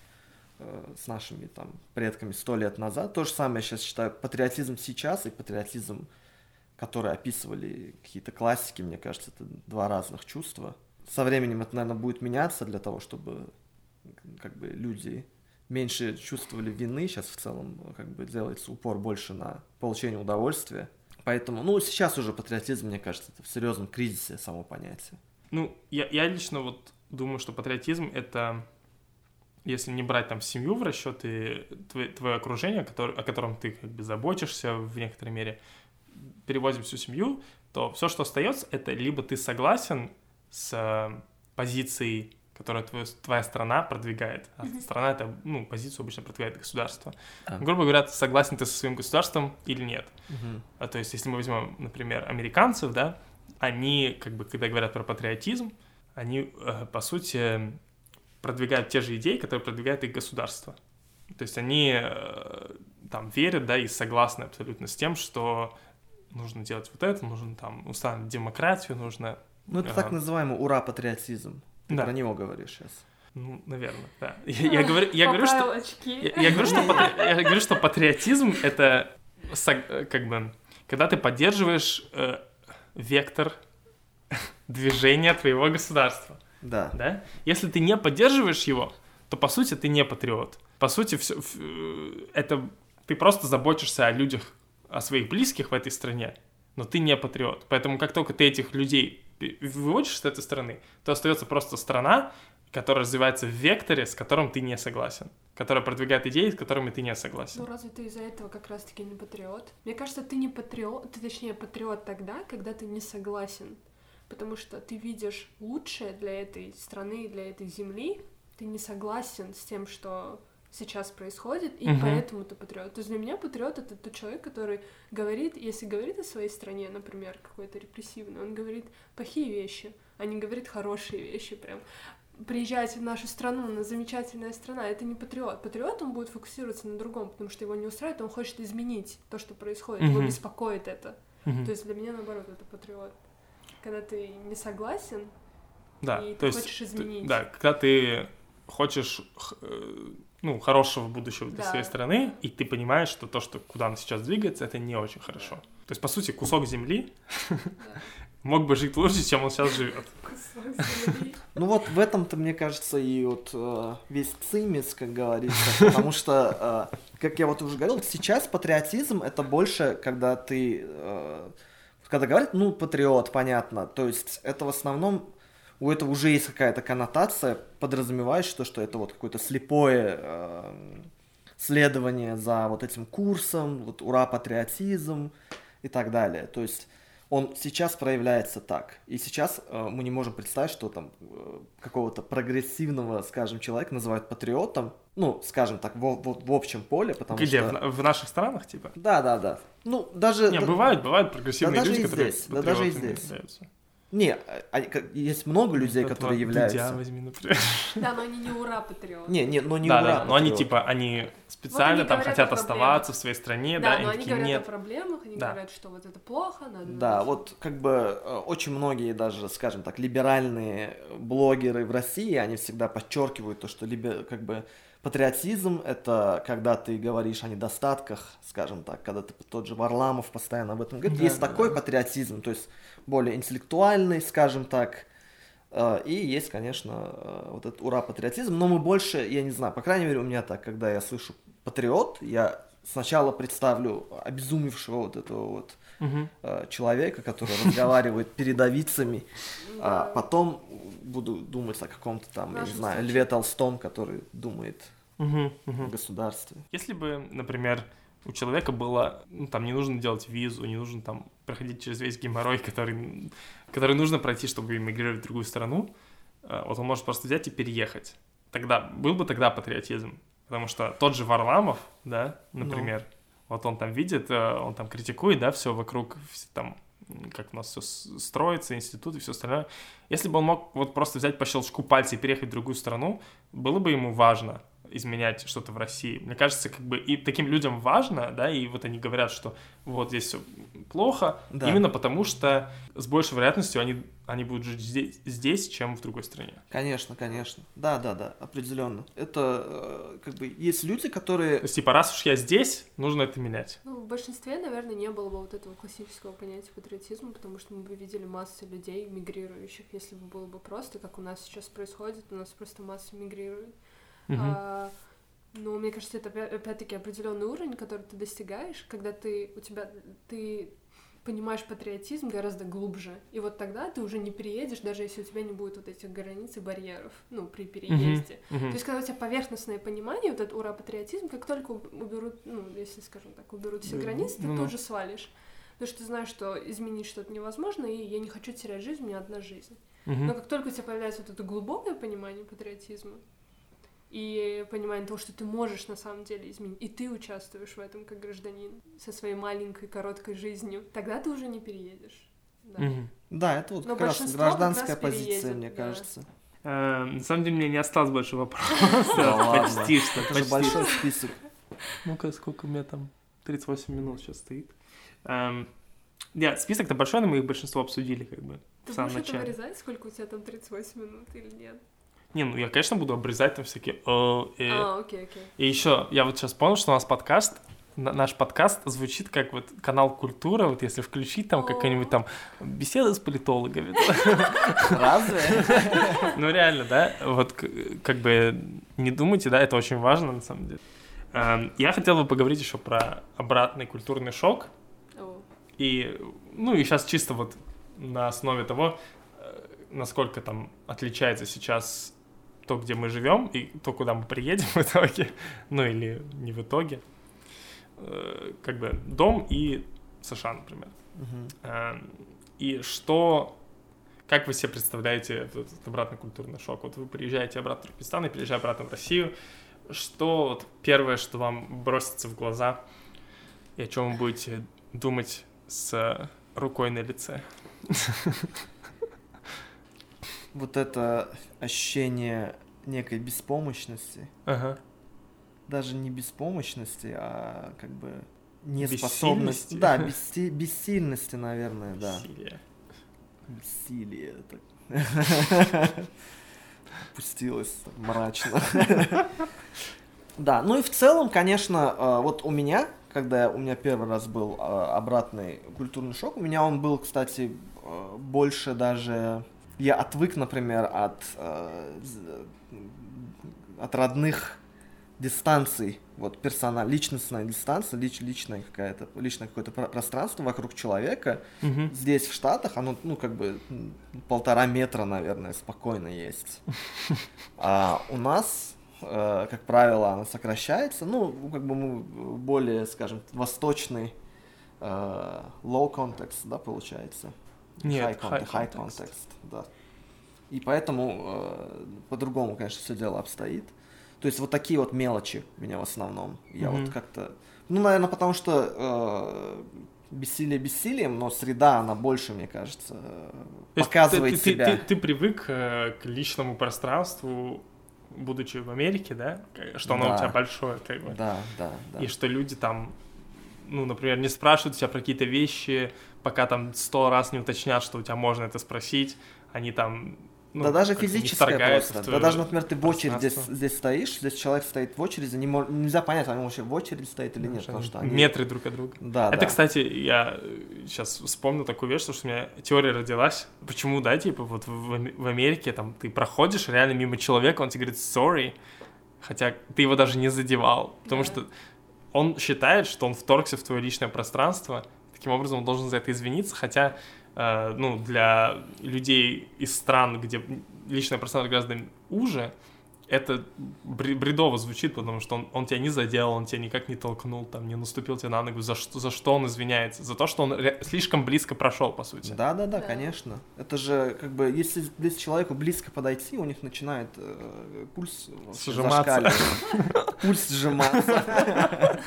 с нашими там предками сто лет назад. То же самое я сейчас считаю, патриотизм сейчас и патриотизм, который описывали какие-то классики, мне кажется, это два разных чувства. Со временем это, наверное, будет меняться для того, чтобы как бы люди меньше чувствовали вины. Сейчас в целом как бы делается упор больше на получение удовольствия. Поэтому, ну, сейчас уже патриотизм, мне кажется, это в серьезном кризисе само понятие. Ну, я, я лично вот думаю, что патриотизм — это, если не брать там семью в расчет и твое, твое окружение, который, о котором ты как бы заботишься в некоторой мере, перевозим всю семью, то все, что остается, это либо ты согласен с позицией, которую твою, твоя страна продвигает, а mm-hmm. страна — это, ну, позицию обычно продвигает государство. Ah. Грубо говоря, согласен ты со своим государством или нет. Mm-hmm. А, то есть, если мы возьмем, например, американцев, да, они, как бы, когда говорят про патриотизм, они, э, по сути, продвигают те же идеи, которые продвигает их государство. То есть они э, там верят, да, и согласны абсолютно с тем, что нужно делать вот это, нужно там установить демократию, нужно... Ну, это э, так называемый ура-патриотизм. Ты да. про него говоришь сейчас. Ну, наверное, да. Я, я, говорю, я, говорю, что, я, я, говорю, что патри, я говорю, что патриотизм — это как бы, когда ты поддерживаешь э, вектор движения твоего государства. Да. Да? Если ты не поддерживаешь его, то, по сути, ты не патриот. По сути, все, это ты просто заботишься о людях, о своих близких в этой стране, но ты не патриот. Поэтому, как только ты этих людей выводишь с этой страны, то остается просто страна, которая развивается в векторе, с которым ты не согласен, которая продвигает идеи, с которыми ты не согласен. Ну разве ты из-за этого как раз-таки не патриот? Мне кажется, ты не патриот, ты точнее патриот тогда, когда ты не согласен, потому что ты видишь лучшее для этой страны, для этой земли, ты не согласен с тем, что сейчас происходит, и uh-huh. поэтому ты патриот. То есть для меня патриот — это тот человек, который говорит, если говорит о своей стране, например, какой-то репрессивный, он говорит плохие вещи, а не говорит хорошие вещи, прям приезжать в нашу страну, на замечательная страна, это не патриот. Патриот, он будет фокусироваться на другом, потому что его не устраивает, он хочет изменить то, что происходит, uh-huh. его беспокоит это. Uh-huh. То есть для меня, наоборот, это патриот. Когда ты не согласен, да, и то ты есть, хочешь изменить. Ты, да, когда ты хочешь, ну, хорошего будущего для да. своей страны, и ты понимаешь, что то, что куда она сейчас двигается, это не очень хорошо. Да. То есть, по сути, кусок земли да. мог бы жить лучше, чем он сейчас живет. Ну вот в этом-то, мне кажется, и вот э, весь цимис, как говорится, потому что, э, как я вот уже говорил, сейчас патриотизм — это больше, когда ты, э, когда говорят, ну, патриот, понятно, то есть это в основном у этого уже есть какая-то коннотация, подразумевающая, что это вот какое-то слепое э, следование за вот этим курсом, вот ура-патриотизм и так далее. То есть он сейчас проявляется так. И сейчас э, мы не можем представить, что там э, какого-то прогрессивного, скажем, человека называют патриотом, ну, скажем так, в, в, в общем поле, потому Где, что... в, в наших странах, типа? Да, да, да. Ну, даже... Не, да, бывают, бывают прогрессивные да, люди, которые здесь, да, даже и здесь. Являются. Не, есть много людей, это которые вот являются... Дудя возьми, например. Да, но они не ура-патриоты. Не, не, но не да, ура да, но они типа, они специально вот там хотят оставаться в своей стране, да, да, но они такие, говорят нет. о проблемах, они да. говорят, что вот это плохо, надо... Да, вот как бы очень многие даже, скажем так, либеральные блогеры в России, они всегда подчеркивают то, что либо как бы Патриотизм — это когда ты говоришь о недостатках, скажем так, когда ты, тот же Варламов постоянно об этом говорит. Да, есть да, такой да. патриотизм, то есть более интеллектуальный, скажем так, э, и есть, конечно, э, вот этот ура-патриотизм, но мы больше, я не знаю, по крайней мере у меня так, когда я слышу патриот, я сначала представлю обезумевшего вот этого вот Мгм. э, человека, который разговаривает передовицами, а Да. потом буду думать о каком-то там, я не Нашем знаю, случае. Льве Толстом, который думает Мгм. о Мгм. государстве. Если бы, например, у человека было, ну, там, не нужно делать визу, не нужно там проходить через весь геморрой, который, который нужно пройти, чтобы эмигрировать в другую страну, э, вот он может просто взять и переехать. Тогда, был бы тогда патриотизм. Потому что тот же Варламов, да, например, вот он там видит, э, он там критикует, да, все вокруг, все там, м, как у нас все строится, институт и все остальное. Если бы он мог вот просто взять по щелчку пальца и переехать в другую страну, было бы ему важно изменять что-то в России. Мне кажется, как бы и таким людям важно, да, и вот они говорят, что вот здесь все плохо, Да. именно потому что с большей вероятностью они, они будут жить здесь, здесь, чем в другой стране. Конечно, конечно. Да, да, да, определенно. Это э, как бы есть люди, которые... То есть, типа, раз уж я здесь, нужно это менять. Ну, в большинстве, наверное, не было бы вот этого классического понятия патриотизма, потому что мы бы видели массу людей мигрирующих, если бы было бы просто, как у нас сейчас происходит, у нас просто масса мигрирует. Мгм. А, но мне кажется, это опя- опять-таки определенный уровень, который ты достигаешь, когда ты у тебя ты понимаешь патриотизм гораздо глубже, и вот тогда ты уже не переедешь, даже если у тебя не будет вот этих границ и барьеров, ну при переезде. Мгм. Мгм. То есть, когда у тебя поверхностное понимание, вот этот ура-патриотизм, как только уб- уберут, ну, если, скажем так, уберут все Да, границы, ты ну-ну. тут же свалишь. Потому что ты знаешь, что изменить что-то невозможно, и я не хочу терять жизнь, у меня одна жизнь. Мгм. Но как только у тебя появляется вот это глубокое понимание патриотизма и понимание того, что ты можешь на самом деле изменить, и ты участвуешь в этом как гражданин со своей маленькой короткой жизнью, тогда ты уже не переедешь. Да. Мгм. Да, это вот Но как раз большинство как гражданская раз позиция, переедет, мне да. кажется. Э, На самом деле, у меня не осталось больше вопросов. Да ладно. Почти что, Это же почти. большой список. Ну-ка, сколько у меня там? тридцать восемь минут сейчас стоит. Эм, Да, список-то большой, но мы их большинство обсудили, как бы, Ты в самом будешь это начале. вырезать, сколько у тебя там тридцать восемь минут или нет? Не, ну я, конечно, буду обрезать там всякие... «о», э. А, окей, окей. И еще, я вот сейчас понял, что у нас подкаст, на- наш подкаст звучит как вот канал «Культура», вот если включить там О. какая-нибудь там беседа с политологами. Разве? Ну реально, да, вот к- как бы не думайте, да, это очень важно на самом деле. Эм, Я хотел бы поговорить еще про обратный культурный шок. О. И, ну, и сейчас чисто вот на основе того, э, насколько там отличается сейчас то, где мы живем, и то, куда мы приедем в итоге, ну или не в итоге, Э, как бы дом и США, например. Мгм. Э, И что, как вы себе представляете этот, этот обратный культурный шок? Вот вы приезжаете обратно в Туркменистан и приезжаете обратно в Россию, что вот первое, что вам бросится в глаза, и о чем вы будете думать с рукой на лице? Вот это ощущение некой беспомощности, Ага. даже не беспомощности, а как бы неспособности. Бессильности? Да, бесси- бессильности, наверное, да. Силия. Бессилие. так. Пустилось так мрачно. Да, ну и в целом, конечно, э, вот у меня, когда у меня первый раз был э, обратный культурный шок, у меня он был, кстати, э, больше даже... Я отвык, например, от, э, з- от родных дистанций, вот персонал, личностная дистанция, лич, личная какая-то, личное какое-то про- пространство вокруг человека. Мгм. Здесь, в Штатах, оно, ну, как бы м, полтора метра, наверное, спокойно есть. А у нас, э, как правило, оно сокращается. Ну, как бы мы более, скажем, восточный э, low context, да, получается? Нет, high, high context, high context. context, да. И поэтому э, по-другому, конечно, все дело обстоит. То есть вот такие вот мелочи у меня в основном. Я Мгм. вот как-то... Ну, наверное, потому что э, бессилие бессилием, но среда, она больше, мне кажется, э, То есть показывает ты, ты- себя. Ты, ты привык э, к личному пространству, будучи в Америке, да? Что оно Да. у тебя большое, как бы. Да, да, да. И что люди там, ну, например, не спрашивают тебя про какие-то вещи, пока там сто раз не уточнят, что у тебя можно это спросить. Они там, ну, да даже как-то не физическое вторгается просто. в Да твоё даже, например, ты в очередь здесь, пространство. здесь стоишь, здесь человек стоит в очереди, не мож- нельзя понять, он вообще в очереди стоит или Ну, нет, что потому они что они... метры друг от друга. Да, Это, да. кстати, я сейчас вспомнил такую вещь, что у меня теория родилась. Почему, да, типа, вот в, Ам- в Америке там ты проходишь реально мимо человека, он тебе говорит sorry, хотя ты его даже не задевал, потому Да. что он считает, что он вторгся в твое личное пространство, таким образом он должен за это извиниться, хотя, э, ну, для людей из стран, где личное пространство гораздо уже, это бре- бредово звучит, потому что он, он тебя не задел, он тебя никак не толкнул, там, не наступил тебе на ногу. За что, за что он извиняется? За то, что он ре- слишком близко прошел, по сути. Да, да, да, Да. конечно. Это же, как бы, если здесь человеку близко подойти, у них начинает э, пульс вообще Сжиматься. зашкаливать. Пульс сжиматься.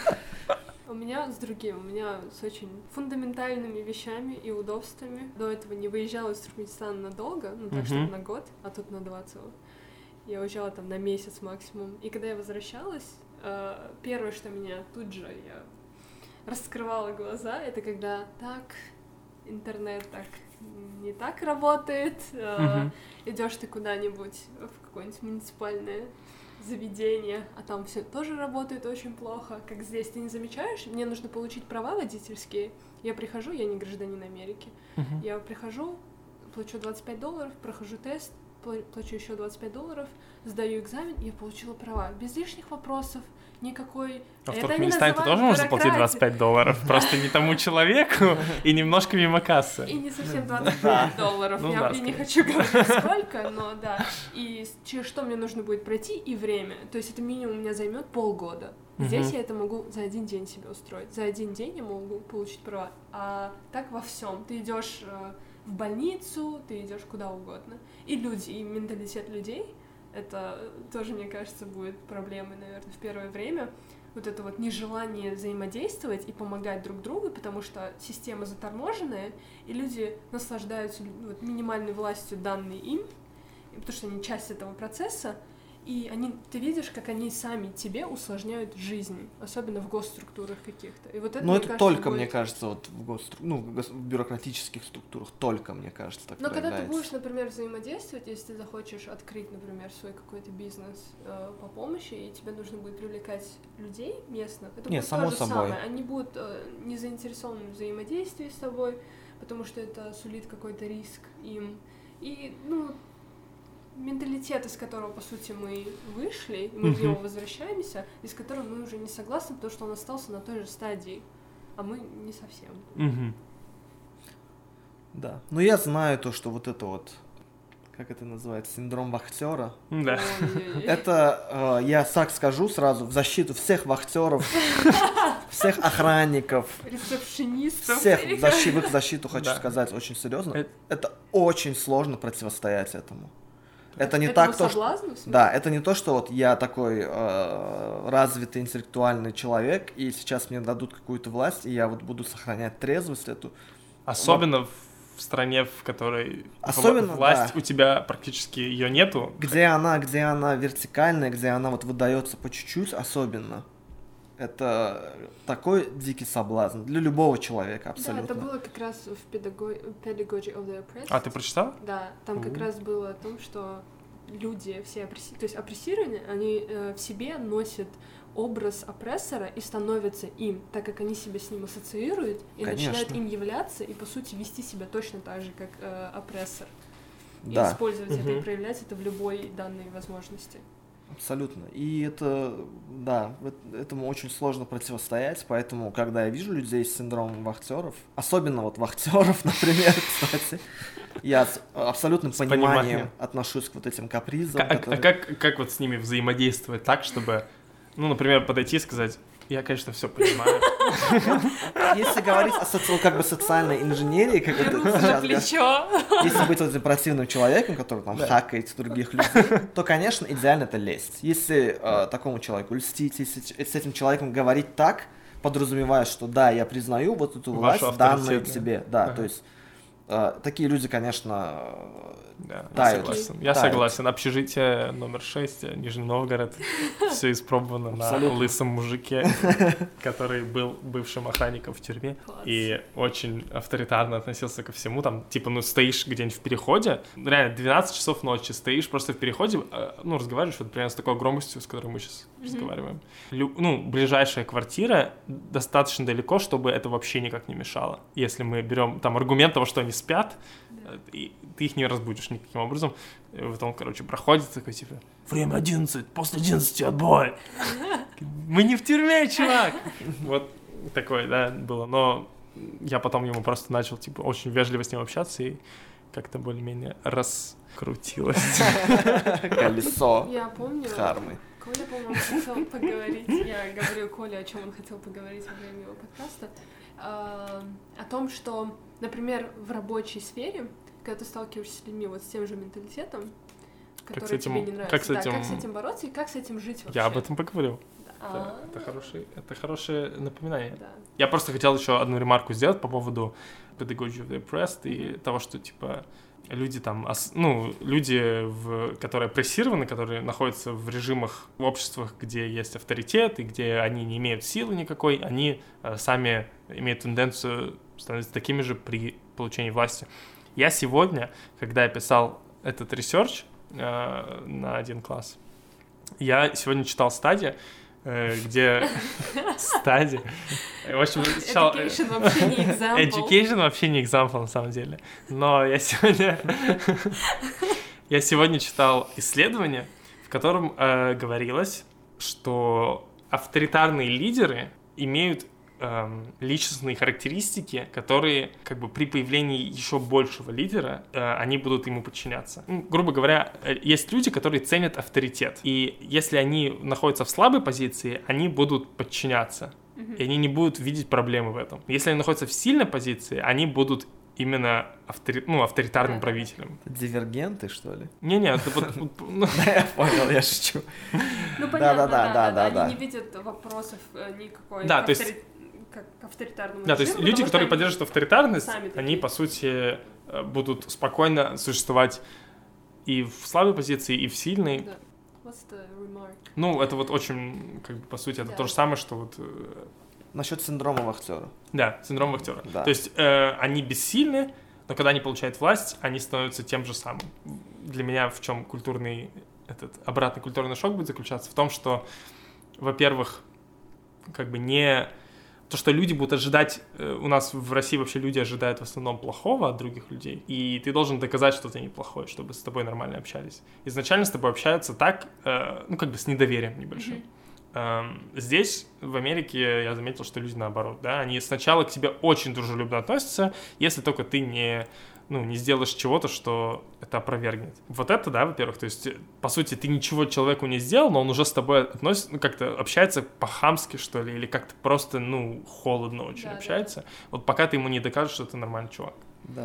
У меня с другим, у меня с очень фундаментальными вещами и удобствами. До этого не выезжала из Туркменистана надолго, ну так, Мгм. чтобы на год, а тут на два целых. Я уезжала там на месяц максимум. И когда я возвращалась, э, первое, что меня тут же я раскрывала глаза, это когда так, интернет так не так работает, э, Мгм. идешь ты куда-нибудь в какое-нибудь муниципальное заведение, а там все тоже работает очень плохо. Как здесь, ты не замечаешь? Мне нужно получить права водительские. Я прихожу, я не гражданин Америки. Мгм. Я прихожу, плачу двадцать пять долларов, прохожу тест, пла- плачу еще двадцать пять долларов, сдаю экзамен, я получила права. Без лишних вопросов, никакой... А в Это они Туркменистане ты называют тоже можешь заплатить бюрократией. двадцать пять долларов? Просто не тому человеку и немножко мимо И кассы. не совсем двадцать пять долларов, Ну я да, и не скорее. хочу говорить сколько, но да. И с- через что мне нужно будет пройти, и время. То есть это минимум у меня займет полгода. Здесь Мгм. я это могу за один день себе устроить. За один день я могу получить права. А так во всем. Ты идешь э, в больницу, ты идешь куда угодно. И люди, и менталитет людей, это тоже, мне кажется, будет проблемой, наверное, в первое время. Вот это вот нежелание взаимодействовать и помогать друг другу, потому что система заторможенная, и люди наслаждаются вот, минимальной властью, данной им, и потому что они часть этого процесса, и они, ты видишь, как они сами тебе усложняют жизнь, особенно в госструктурах каких-то. И вот это, Но мне это кажется, только, будет- мне кажется, вот в, гостру... ну, в гос- в бюрократических структурах, только, мне кажется, так Но когда ты проявляется. будешь, например, взаимодействовать, если ты захочешь открыть, например, свой какой-то бизнес э, по помощи, и тебе нужно будет привлекать людей местных, это Не, будет само то же собой. самое. Они будут э, не заинтересованы в взаимодействии с тобой, потому что это сулит какой-то риск им. И, ну, менталитет, из которого, по сути, мы вышли, и мы в Мгм. него возвращаемся, и с которым мы уже не согласны, потому что он остался на той же стадии, а мы не совсем. Мгм. Да. Но я знаю то, что вот это вот, как это называется, синдром вахтера. Да. Ой-ой-ой. Это, э, я так скажу сразу, в защиту всех вахтеров, всех охранников, Ресепшенистов. всех или в как? защи- в их защиту хочу Да. сказать очень серьезно. Это- Это очень сложно противостоять этому. Это не Этому так то, что... соблазну, в смысле? Да, это не то, что вот я такой э, развитый интеллектуальный человек, и сейчас мне дадут какую-то власть, и я вот буду сохранять трезвость эту. Особенно в стране, в которой Особенно, вла- власть да. у тебя практически ее нету. Где она, где она вертикальная, где она вот выдается по чуть-чуть, особенно. Это такой дикий соблазн для любого человека, Да, абсолютно. это было как раз в Pedago- Pedagogy of the Oppressed. А, ты прочитал? Да, там как О. раз было о том, что люди, все опресси... то есть опрессированные, они э, в себе носят образ опрессора и становятся им, так как они себя с ним ассоциируют, и Конечно. начинают им являться, и по сути вести себя точно так же, как э, опрессор. И Да, использовать это и Мгм. проявлять это в любой данной возможности. абсолютно. И это, да, вот этому очень сложно противостоять, поэтому, когда я вижу людей с синдромом вахтеров, особенно вот вахтеров, например, кстати, я с абсолютным С пониманием, пониманием. отношусь к вот этим капризам. А, а которые- как, как вот с ними взаимодействовать так, чтобы, ну, например, подойти и сказать, я, конечно, все понимаю. Если говорить о соци- как бы социальной инженерии, как это Руку на сейчас говорят, плечо. если быть вот этим противным человеком, который там Да. хакает других людей, то, конечно, идеально это лезть. Если э, такому человеку льстить, если ч- с этим человеком говорить так, подразумевая, что да, я признаю вот эту Вашу власть, данную авторитет, да. тебе, да, Ага. то есть э, такие люди, конечно, Да, я тают. согласен. Я Тают. согласен. Общежитие номер шесть, Нижний Новгород. Все испробовано на Абсолютно. лысом мужике, который был бывшим охранником в тюрьме. Класс. И очень авторитарно относился ко всему. Там, типа, ну, стоишь где-нибудь в переходе, реально, двенадцать часов ночи стоишь просто в переходе, э, ну, разговариваешь вот примерно с такой громкостью, с которой мы сейчас Мгм. разговариваем. Лю- ну, ближайшая квартира достаточно далеко, чтобы это вообще никак не мешало. Если мы берем там аргумент того, что они спят, Да. э, и ты их не разбудишь никаким образом. И вот он, короче, проходит такой, типа, время одиннадцать, после одиннадцати отбой. Мы не в тюрьме, чувак! Вот такое, да, было. Но я потом ему просто начал, типа, очень вежливо с ним общаться, и как-то более-менее раскрутилось. Колесо Я помню, кармы. Коля, по-моему, хотел поговорить, я говорю Коле, о чем он хотел поговорить во время его подкаста, а, о том, что, например, в рабочей сфере, когда ты сталкиваешься с людьми вот с тем же менталитетом, который с этим- тебе не нравится, как с да, этим- как с этим бороться и как с этим жить вообще. Я об этом поговорил. Да. Это, А, это, хороший, это хорошее напоминание. да. Я просто хотел еще одну ремарку сделать по поводу Pedagogy of the Oppressed и того, что, типа, люди там, ос- ну, люди, в, которые опрессированы, которые находятся в режимах, в обществах, где есть авторитет и где они не имеют силы никакой, они э, сами имеют тенденцию становиться такими же при получении власти. Я сегодня, когда я писал этот ресерч э, на один класс, я сегодня читал «Стадия», э, где «Стадия». В общем, сначала- Education вообще не example. Education вообще не example на самом деле. Но я сегодня... я сегодня читал исследование, в котором э, говорилось, что авторитарные лидеры имеют эм, личностные характеристики, которые, как бы, при появлении еще большего лидера, э, они будут ему подчиняться. Ну, грубо говоря, э, есть люди, которые ценят авторитет. И если они находятся в слабой позиции, они будут подчиняться. Мгм. И они не будут видеть проблемы в этом. Если они находятся в сильной позиции, они будут именно автори... ну, авторитарным Да. правителем. Дивергенты, что ли? Не-не, это вот... вот, ну, Да, я понял, я шучу. Ну, понятно, Да-да-да, да, да, да-да-да. они не видят вопросов э, никакой Да, к то есть- автори- как к авторитарному Да, то есть режиму, люди, потому что которые они поддерживают авторитарность, сами такие. они, по сути, э, будут спокойно существовать и в слабой позиции, и в сильной. Да. What's the remark? Ну, это вот очень, как бы, по сути, это Да. то же самое, что вот... э, Насчет синдрома вахтера. Да, синдром вахтера. Да. То есть э, они бессильны, но когда они получают власть, они становятся тем же самым. Для меня в чем культурный, этот обратный культурный шок будет заключаться? В том, что, во-первых, как бы не... То, что люди будут ожидать... э, у нас в России вообще люди ожидают в основном плохого от других людей, и ты должен доказать, что ты неплохой, чтобы с тобой нормально общались. Изначально с тобой общаются так, э, ну, как бы с недоверием небольшим. Мгм. Эм, Здесь, в Америке, я заметил, что люди наоборот, да, они сначала к тебе очень дружелюбно относятся, если только ты не, ну, не сделаешь чего-то, что это опровергнет. Вот это, да, во-первых, то есть, по сути, ты ничего человеку не сделал, но он уже с тобой относится, ну, как-то общается по-хамски, что ли, или как-то просто, ну, холодно очень Да, да, общается, вот пока ты ему не докажешь, что ты нормальный чувак. Да.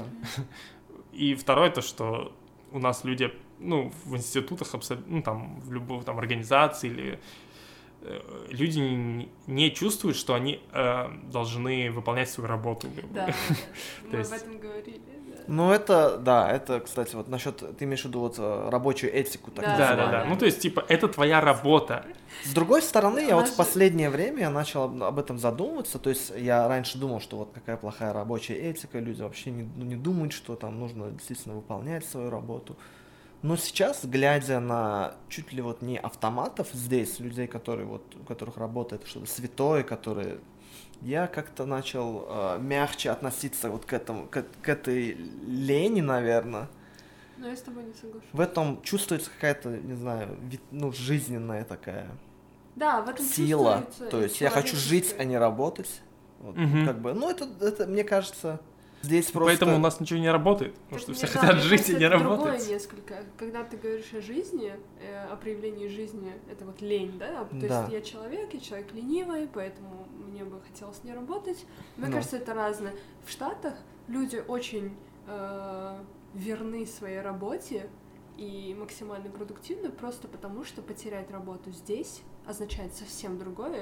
И второе, то, что у нас люди, ну, в институтах, абсолютно, ну, там, в любой там организации или э, люди не, не чувствуют, что они э, должны выполнять свою работу. Да, да. Мы есть- об этом говорили, да. Ну, это, да, это, кстати, вот насчет, ты имеешь в виду вот э, рабочую этику, так Да, Да, да, называемую. да. Ну, то есть, типа, это твоя работа. С другой стороны, я У вот нас в же- последнее время я начал об, об этом задумываться. То есть я раньше думал, что вот какая плохая рабочая этика, люди вообще не, ну, не думают, что там нужно действительно выполнять свою работу. Но сейчас, глядя на чуть ли вот не автоматов здесь, людей, которые вот, у которых работает что-то святое, которые... Я как-то начал э, мягче относиться вот к этому, к, к этой лени, наверное. Но я с тобой не соглашусь. В этом чувствуется какая-то, не знаю, вид- ну, жизненная такая Да, в этом сила. чувствуется То и есть я хочу жить, а человеческое. не работать. Вот, Мгм. как бы, ну, это, это, мне кажется, здесь просто... Поэтому у нас ничего не работает. Потому Так что мне все да, хотят мне жить кажется, и не это другое работать. несколько. Когда ты говоришь о жизни, э, о проявлении жизни, это вот лень, да? То Да. есть я человек, я человек ленивый, поэтому мне бы хотелось не работать. Мне Ну. кажется, это разное. В Штатах люди очень э, верны своей работе и максимально продуктивны, просто потому что потерять работу здесь означает совсем другое,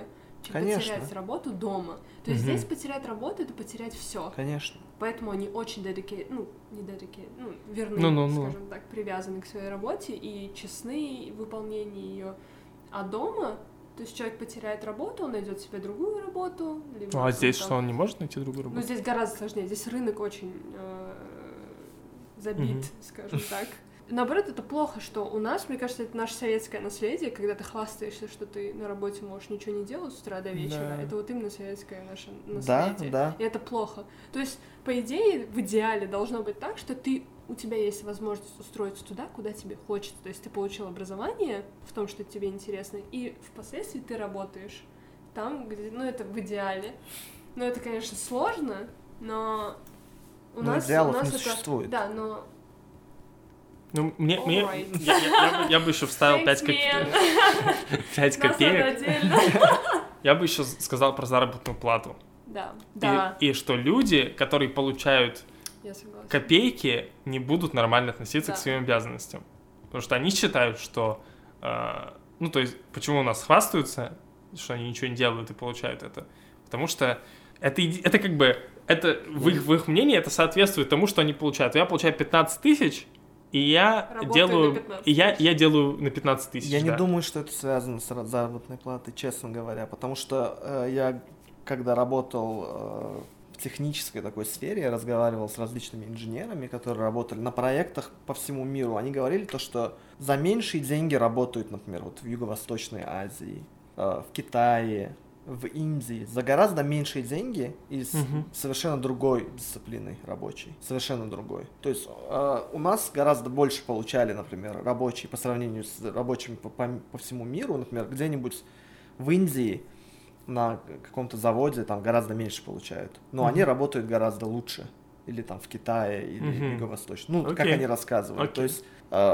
чем Конечно. потерять работу дома. То есть Мгм. здесь потерять работу — это потерять все. Конечно. Поэтому они очень dedicated, ну, не dedicated, ну, верны, Ну-ну-ну. скажем так, привязаны к своей работе и честны в выполнении ее. А дома, то есть человек потеряет работу, он найдет себе другую работу. Либо, Ну, а здесь там, что, он не может найти другую Ну, работу? здесь гораздо сложнее. Здесь рынок очень э, забит, Мгм. скажем так. Наоборот, это плохо, что у нас, мне кажется, это наше советское наследие, когда ты хвастаешься, что ты на работе можешь ничего не делать с утра до вечера. Да. Это вот именно советское наше Да, наследие. да. И это плохо. То есть, по идее, в идеале должно быть так, что ты, у тебя есть возможность устроиться туда, куда тебе хочется. То есть ты получил образование в том, что тебе интересно, и впоследствии ты работаешь там, где, ну, это в идеале. Ну, это, конечно, сложно, но у Но нас, у идеалов нас не это... существует. Да, но... Ну, мне, мне Alright. я, я- я бы, я бы еще вставил пять Thanks, копеек. Нас копеек. отдельно. Я бы еще сказал про заработную плату. Да, И, да, и что люди, которые получают я согласна. копейки, не будут нормально относиться Да. к своим обязанностям. Потому что они считают, что... э, ну, то есть, почему у нас хвастаются, что они ничего не делают и получают это? Потому что это, иди- это как бы... Это в их, в их мнении это соответствует тому, что они получают. Я получаю пятнадцать тысяч, и я Работаю делаю... на пятнадцать И я, тысяч. я делаю на пятнадцать тысяч, Я не да. думаю, что это связано с ра- заработной платой, честно говоря, потому что э, я, когда работал э, в технической такой сфере, я разговаривал с различными инженерами, которые работали на проектах по всему миру. Они говорили то, что за меньшие деньги работают, например, вот в Юго-Восточной Азии, э, в Китае, в Индии за гораздо меньшие деньги из Мгм. совершенно другой дисциплины рабочей, совершенно другой. То есть э, у нас гораздо больше получали, например, рабочие по сравнению с рабочими по, по- по всему миру, например, где-нибудь в Индии на каком-то заводе там гораздо меньше получают, но Мгм. они работают гораздо лучше. Или там в Китае, или в Мгм. Юго-Восточном. Ну, как Окей. они рассказывают. Окей. То есть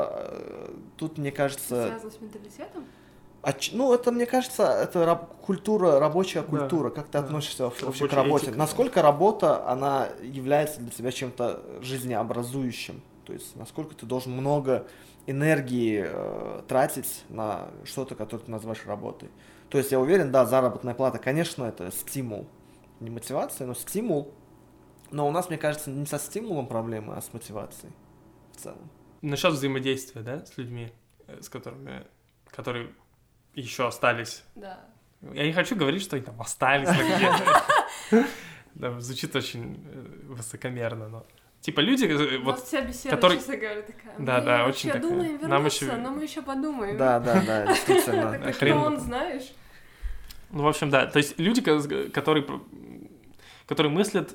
э, тут, мне кажется... Связано с менталитетом? А ч- ну, это, мне кажется, это раб- культура, рабочая Да, культура. Как ты да. относишься вообще вообще к Рабочая работе? этика. Насколько работа, она является для тебя чем-то жизнеобразующим? То есть, насколько ты должен много энергии э, тратить на что-то, которое ты называешь работой? То есть, я уверен, да, заработная плата, конечно, это стимул. Не мотивация, но стимул. Но у нас, мне кажется, не со стимулом проблемы, а с мотивацией в целом. Насчет взаимодействия, да, с людьми, э, с которыми, которые еще остались. Да. Я не хочу говорить, что они там остались на где-то. Да, звучит очень э, высокомерно, но... Типа люди, э, Вот вот... вся беседа, который- честно говоря, такая. Да, мы да, вообще очень такая. думаем Нам вернуться, еще- но мы еще подумаем. Да, да, да, действительно. Такой хрен бы тон, там. знаешь. Ну, в общем, да. То есть люди, ко- которые, которые мыслят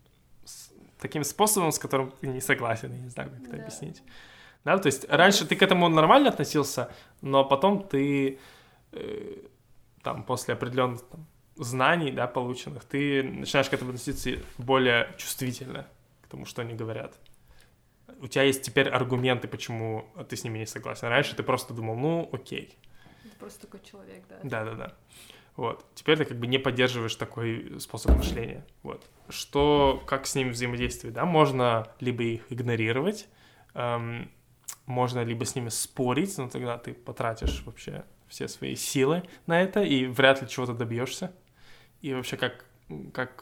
с таким способом, с которым ты не согласен, я не знаю, как это Да. объяснить. Да, то есть раньше ты к этому нормально относился, но потом ты э, там после определенных там, знаний, да, полученных, ты начинаешь к этому относиться более чувствительно к тому, что они говорят. У тебя есть теперь аргументы, почему ты с ними не согласен. Раньше ты просто думал, ну, окей. Это просто такой человек, да. Да-да-да. Вот. Теперь ты как бы не поддерживаешь такой способ мышления. Вот. Что, как с ними взаимодействовать, да? Можно либо их игнорировать, эм, можно либо с ними спорить, но тогда ты потратишь вообще все свои силы на это и вряд ли чего-то добьешься. И вообще как, как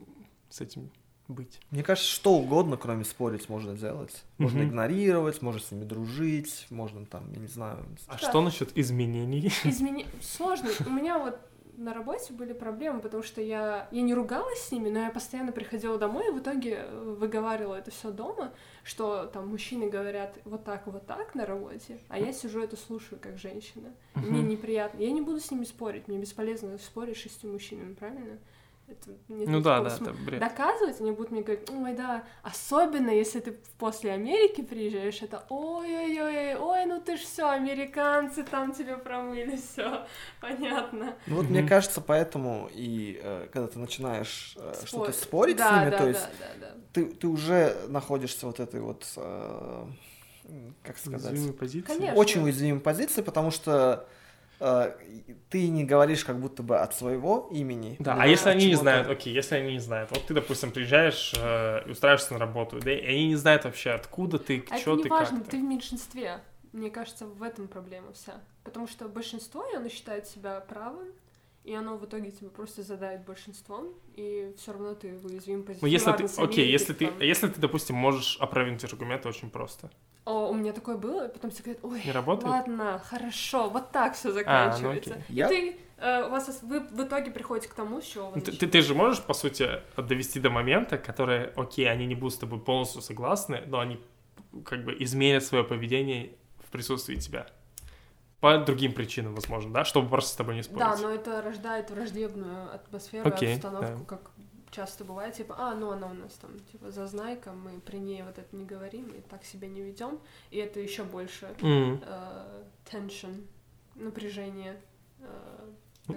с этим быть? Мне кажется, что угодно, кроме спорить, можно делать. Можно Мгм. игнорировать, можно с ними дружить, можно там, я не знаю. А Да. что насчет изменений? Измени... Сложно. У меня вот на работе были проблемы, потому что я, я не ругалась с ними, но я постоянно приходила домой и в итоге э, выговаривала это все дома, что там мужчины говорят вот так, вот так на работе, а я сижу это слушаю как женщина. И Мне Мгм. неприятно. Я не буду с ними спорить, мне бесполезно спорить с шестью мужчинами, правильно? Это нет Ну да, никакого да, смысла. это бред. Доказывать они будут мне говорить, ой, да, особенно если ты после Америки приезжаешь, это ой-ой-ой, ой, ну ты ж все, американцы там тебе промыли, все, понятно. Ну вот Мгм. мне кажется, поэтому и э, когда ты начинаешь э, что-то Спор- спорить да, с ними, да, то да, есть да, да. ты, ты уже находишься вот этой вот, э, как сказать, Уязвимые позиции. Конечно. очень уязвимой позиции, потому что э, ты не говоришь как будто бы от своего имени. Да, или а если от они не чего-то. знают, окей, если они не знают, вот ты, допустим, приезжаешь э, и устраиваешься на работу, да, и они не знают вообще, откуда ты, А что это ты, не важно, как ты ты. в меньшинстве. Мне кажется, в этом проблема вся. Потому что большинство, оно считает себя правым, и оно в итоге тебя просто задает большинством, и все равно ты в уязвимой позиции. Ну, если Ладно, ты, с окей, Америкой если ты, там. если ты, допустим, можешь опровергнуть аргументы очень просто. О, у меня такое было, и потом все говорят, ой, Не работает? ладно, хорошо, вот так все А, ну заканчивается. окей. И Я- ты, э, у вас, ос- вы в итоге приходите к тому, с чего вы Ну, Ты, ты, начали. ты же можешь, по сути, довести до момента, которые, окей, они не будут с тобой полностью согласны, но они как бы изменят свое поведение в присутствии тебя. По другим причинам, возможно, да? Чтобы просто с тобой не спорить. Да, но это рождает враждебную атмосферу, Окей, обстановку, да. как часто бывает, типа, а, ну она у нас там, типа, зазнайка, мы при ней вот это не говорим, и так себя не ведем, и это еще больше М. э, tension, напряжение. э,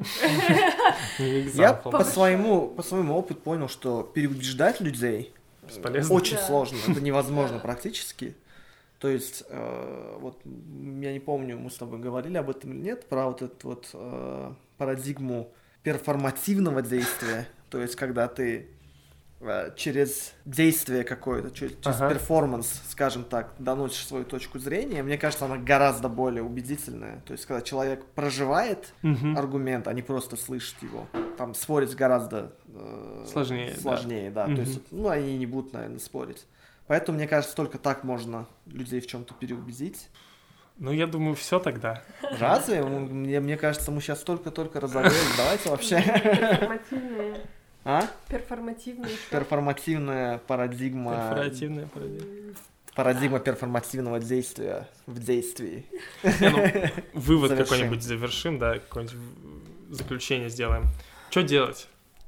Не Я example. по своему, по своему опыту понял, что переубеждать людей Бесполезно. очень Да. сложно, это невозможно Да. практически. То есть, э, вот, я не помню, мы с тобой говорили об этом или нет, про вот эту вот э, парадигму перформативного действия, то есть, когда ты э, через действие какое-то, через, через Ага. перформанс, скажем так, доносишь свою точку зрения, мне кажется, она гораздо более убедительная. То есть, когда человек проживает Мгм. аргумент, а не просто слышит его. Там спорить гораздо э, Сложнее, да. сложнее, да. Мгм. То есть, ну, они не будут, наверное, спорить. Поэтому, мне кажется, только так можно людей в чем-то переубедить. Ну, я думаю, все тогда. Разве? М, Мне, мне кажется, мы сейчас только-только разогрелись. Давайте вообще. Перформативные. А? Перформативные. что? Перформативная парадигма. Корпоративная парадигма. М, Парадигма перформативного действия в действии. Не, ну, вывод Завершим. какой-нибудь завершим, да, какое-нибудь в- заключение сделаем. Что делать?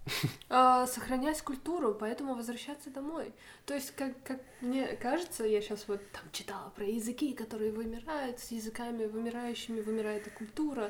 а, Сохранять культуру, поэтому возвращаться домой. То есть, как, как мне кажется, я сейчас вот там читала про языки, которые вымирают, с языками вымирающими вымирает и культура.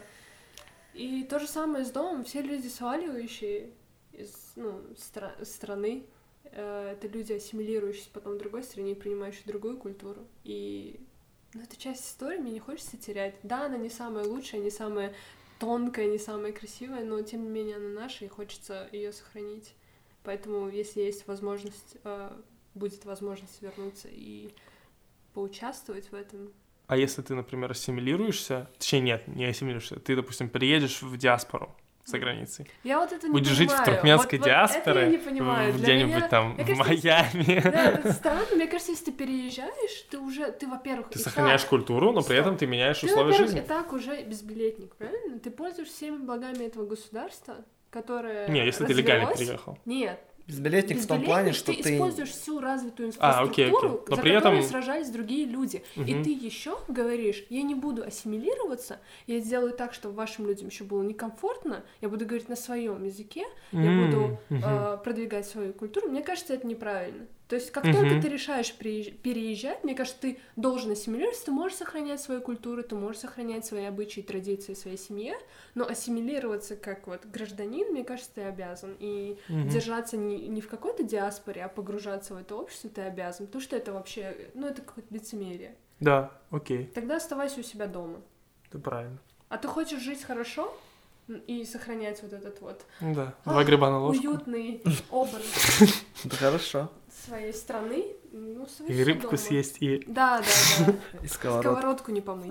И то же самое с домом. Все люди, сваливающие из ну, стра- страны, э, это люди, ассимилирующиеся потом в другой стране и принимающие другую культуру. И ну, это часть истории, мне не хочется терять. Да, она не самая лучшая, не самая тонкая, не самая красивая, но тем не менее она наша, и хочется ее сохранить. Поэтому, если есть возможность, э, будет возможность вернуться и поучаствовать в этом. А если ты, например, ассимилируешься, точнее, нет, не ассимилируешься, ты, допустим, приедешь в диаспору за границей, Я вот это не будешь жить в понимаю. туркменской Вот- вот это я диаспоре, не понимаю. в- Для где-нибудь меня- там мне в кажется, Майами. Да, это странно. Мне кажется, если ты переезжаешь, ты уже, ты, во-первых, Ты и сохраняешь так- культуру, но при Стоп. этом ты меняешь Ты, условия во-первых, и жизни. так уже безбилетник, правильно? Ты пользуешься всеми благами этого государства, которое Не, если ты легально развелось. приехал. Нет. Безбилетник в том плане, Безбилетник, что ты ты... используешь всю развитую А, окей, инфраструктуру, окей. Но за при которую этом- сражались другие люди. И Мгм. ты еще говоришь, я не буду ассимилироваться, я сделаю так, чтобы вашим людям еще было некомфортно, я буду говорить на своем языке, я М, буду мгм. э, продвигать свою культуру. Мне кажется, это неправильно. То есть, как Мгм. только ты решаешь приезж- переезжать, мне кажется, ты должен ассимилироваться, ты можешь сохранять свою культуру, ты можешь сохранять свои обычаи, традиции в своей семье, но ассимилироваться как вот гражданин, мне кажется, ты обязан. И Мгм. держаться не, не в какой-то диаспоре, а погружаться в это общество ты обязан. Потому что это вообще, ну, это какое-то лицемерие. Да, окей, Тогда оставайся у себя дома. ты правильно. А ты хочешь жить хорошо м, и сохранять вот этот вот Ну да, два гриба на ложку. уютный образ Да хорошо. своей страны, ну, И оставайся рыбку дома. съесть, и... Да, да, да. И сковородку. Сковородку не помыть.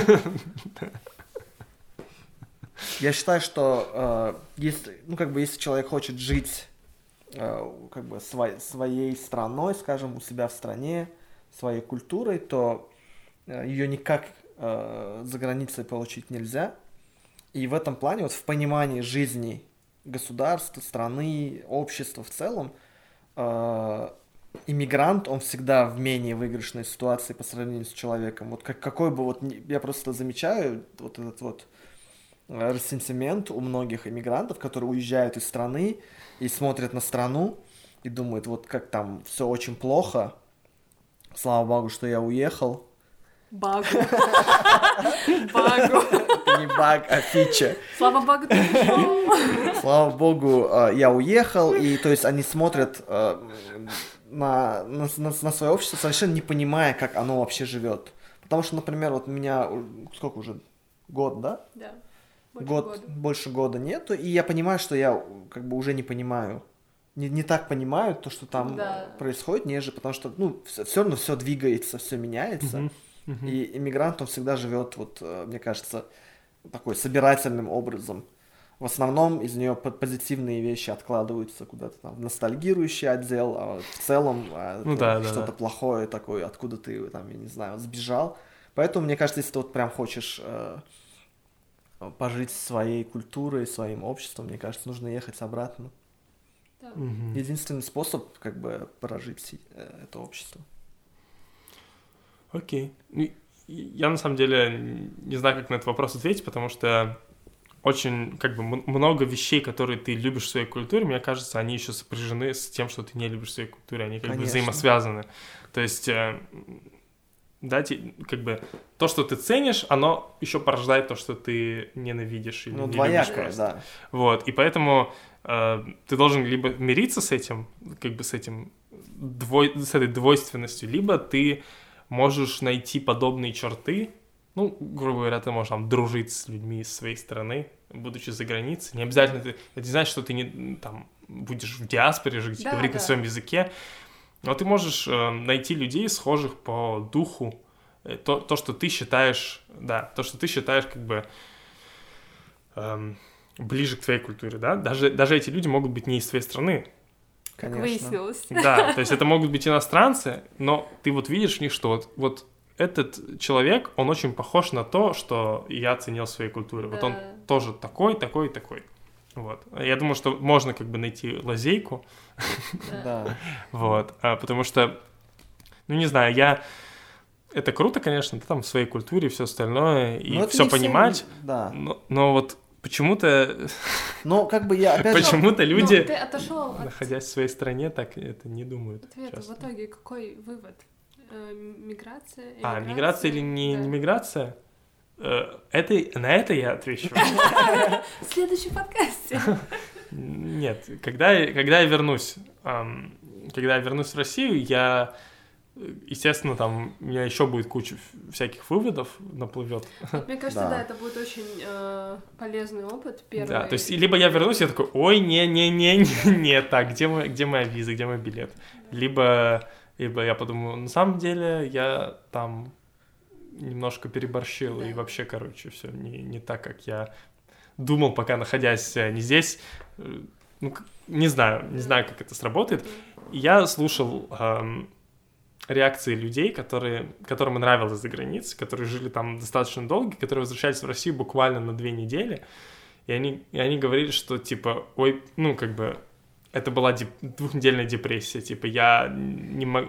Я считаю, что э, если, ну, как бы, если человек хочет жить э, как бы свой- своей страной, скажем, у себя в стране, своей культурой, то ее никак э, за границей получить нельзя. И в этом плане, вот в понимании жизни государства, страны, общества в целом, э, иммигрант, он всегда в менее выигрышной ситуации по сравнению с человеком. Вот как, какой бы вот, ни- я просто замечаю вот этот вот э, ресентимент у многих иммигрантов, которые уезжают из страны и смотрят на страну и думают, вот как там все очень плохо, слава богу, что я уехал. Багу. Багу. Это не баг, а фича. Слава богу, ты пришел. Слава богу, э, я уехал, и то есть они смотрят э, на, на, на- на свое общество, совершенно не понимая, как оно вообще живет. Потому что, например, вот у меня э, сколько уже? Год, да? Да. Больше Год, года. больше года нету, и я понимаю, что я как бы уже не понимаю. Не, не так понимаю то, что там Да. э, происходит, нежели, потому что, ну, все, равно все двигается, все меняется. Мгм, мгм. И иммигрант, он всегда живет, вот, э, мне кажется, такой собирательным образом. в основном из нее позитивные вещи откладываются куда-то там в ностальгирующий отдел, а вот в целом а, ну, да, что-то да, да. плохое такое, откуда ты там, я не знаю, сбежал. Поэтому, мне кажется, если ты вот прям хочешь э, пожить своей культурой, своим обществом, мне кажется, нужно ехать обратно. Да. Мгм. Единственный способ как бы прожить э, это общество. Окей. И- и Я на самом деле не знаю, как на этот вопрос ответить, потому что очень, как бы, м- много вещей, которые ты любишь в своей культуре, мне кажется, они еще сопряжены с тем, что ты не любишь в своей культуре, они как бы Конечно. взаимосвязаны. То есть, э, да, те- как бы, то, что ты ценишь, оно еще порождает то, что ты ненавидишь или Ну, не любишь двоякое, просто. да. Вот, и поэтому э, ты должен либо мириться с этим, как бы с этим, двой, с этой двойственностью, либо ты можешь найти подобные черты, ну, грубо говоря, ты можешь там дружить с людьми с своей страны, будучи за границей, не обязательно ты, это не значит, что ты не, там, будешь в диаспоре жить, Да, говорить на да. своем языке, но ты можешь э, найти людей, схожих по духу, э, то, то, что ты считаешь, да, то, что ты считаешь как бы эм, ближе к твоей культуре, да, даже, даже эти люди могут быть не из твоей страны, Как Конечно. выяснилось. да, то есть это могут быть иностранцы, но ты вот видишь в них, что вот, вот этот человек, он очень похож на то, что я ценил в своей культуре, вот он Да. тоже такой, такой, такой, вот. Я думаю, что можно как бы найти лазейку, Да. вот, а, потому что, ну не знаю, я, это круто, конечно, да, там в своей культуре и все остальное, и Но это все не всем- понимать, Да. но, но вот почему-то, Но как бы я опять же... почему-то Ну, люди, ты отошел от находясь в своей стране, так это не думают ответа. В часто. итоге какой вывод? Э, Миграция? А, эмиграция? миграция или не, Да. не миграция? Э, Это, на это я отвечу. В следующем подкасте. Нет, когда, я- когда я вернусь, ам, когда я вернусь в Россию, я, э, естественно, там у меня еще будет куча в- всяких выводов наплывет. Вот мне кажется, Да. да, это будет очень э, полезный опыт. Первый. Да, то есть либо я вернусь, я такой, ой, не-не-не, не так, где, мой, где моя виза, где мой билет? Либо, либо я подумаю, на самом деле я там немножко переборщил, Да. и вообще, короче, все не, не так, как я думал, пока находясь э, не здесь. Э, Ну, к- не знаю, не знаю, как это сработает. И Я слушал эм, реакции людей, которые, которым нравилось за границей, которые жили там достаточно долго, которые возвращались в Россию буквально на две недели, и они, и они говорили, что, типа, ой, ну, как бы, это была деп- двухнедельная депрессия, типа, я не мог,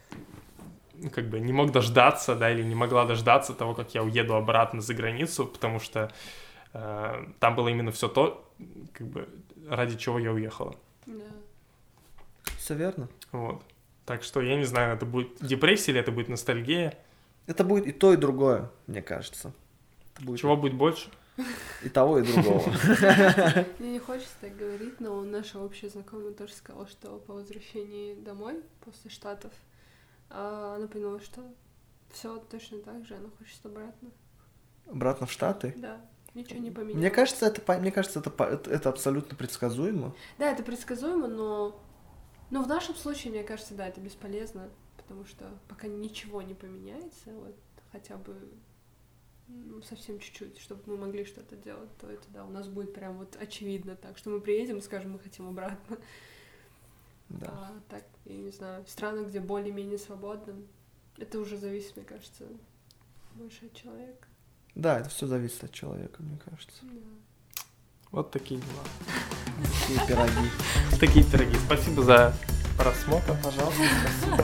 ну, как бы, не мог дождаться, да, или не могла дождаться того, как я уеду обратно за границу, потому что э, там было именно все то, как бы, ради чего я уехала. Да. Все верно. Вот. Так что я не знаю, это будет депрессия или это будет ностальгия. Это будет и то, и другое, мне кажется. Это будет Чего будет больше? и того, и другого. Мне не хочется так говорить, но наша общая знакомая тоже сказала, что по возвращении домой после Штатов а, она поняла, что все точно так же, она хочет обратно. Обратно в Штаты. Да, ничего не поменялось. Мне кажется, это, по- мне кажется, это, по- это, это абсолютно предсказуемо. Да, это предсказуемо, но... Но в нашем случае, мне кажется, да, это бесполезно, потому что пока ничего не поменяется, вот хотя бы ну, совсем чуть-чуть, чтобы мы могли что-то делать, то это, да, у нас будет прям вот очевидно так, что мы приедем и скажем, мы хотим обратно. Да. А так, я не знаю, страны, где более-менее свободно, это уже зависит, мне кажется, больше от человека. Да, это все зависит от человека, мне кажется. Да. Вот такие дела. Такие пироги. Такие пироги. Спасибо за просмотр. Пожалуйста, спасибо.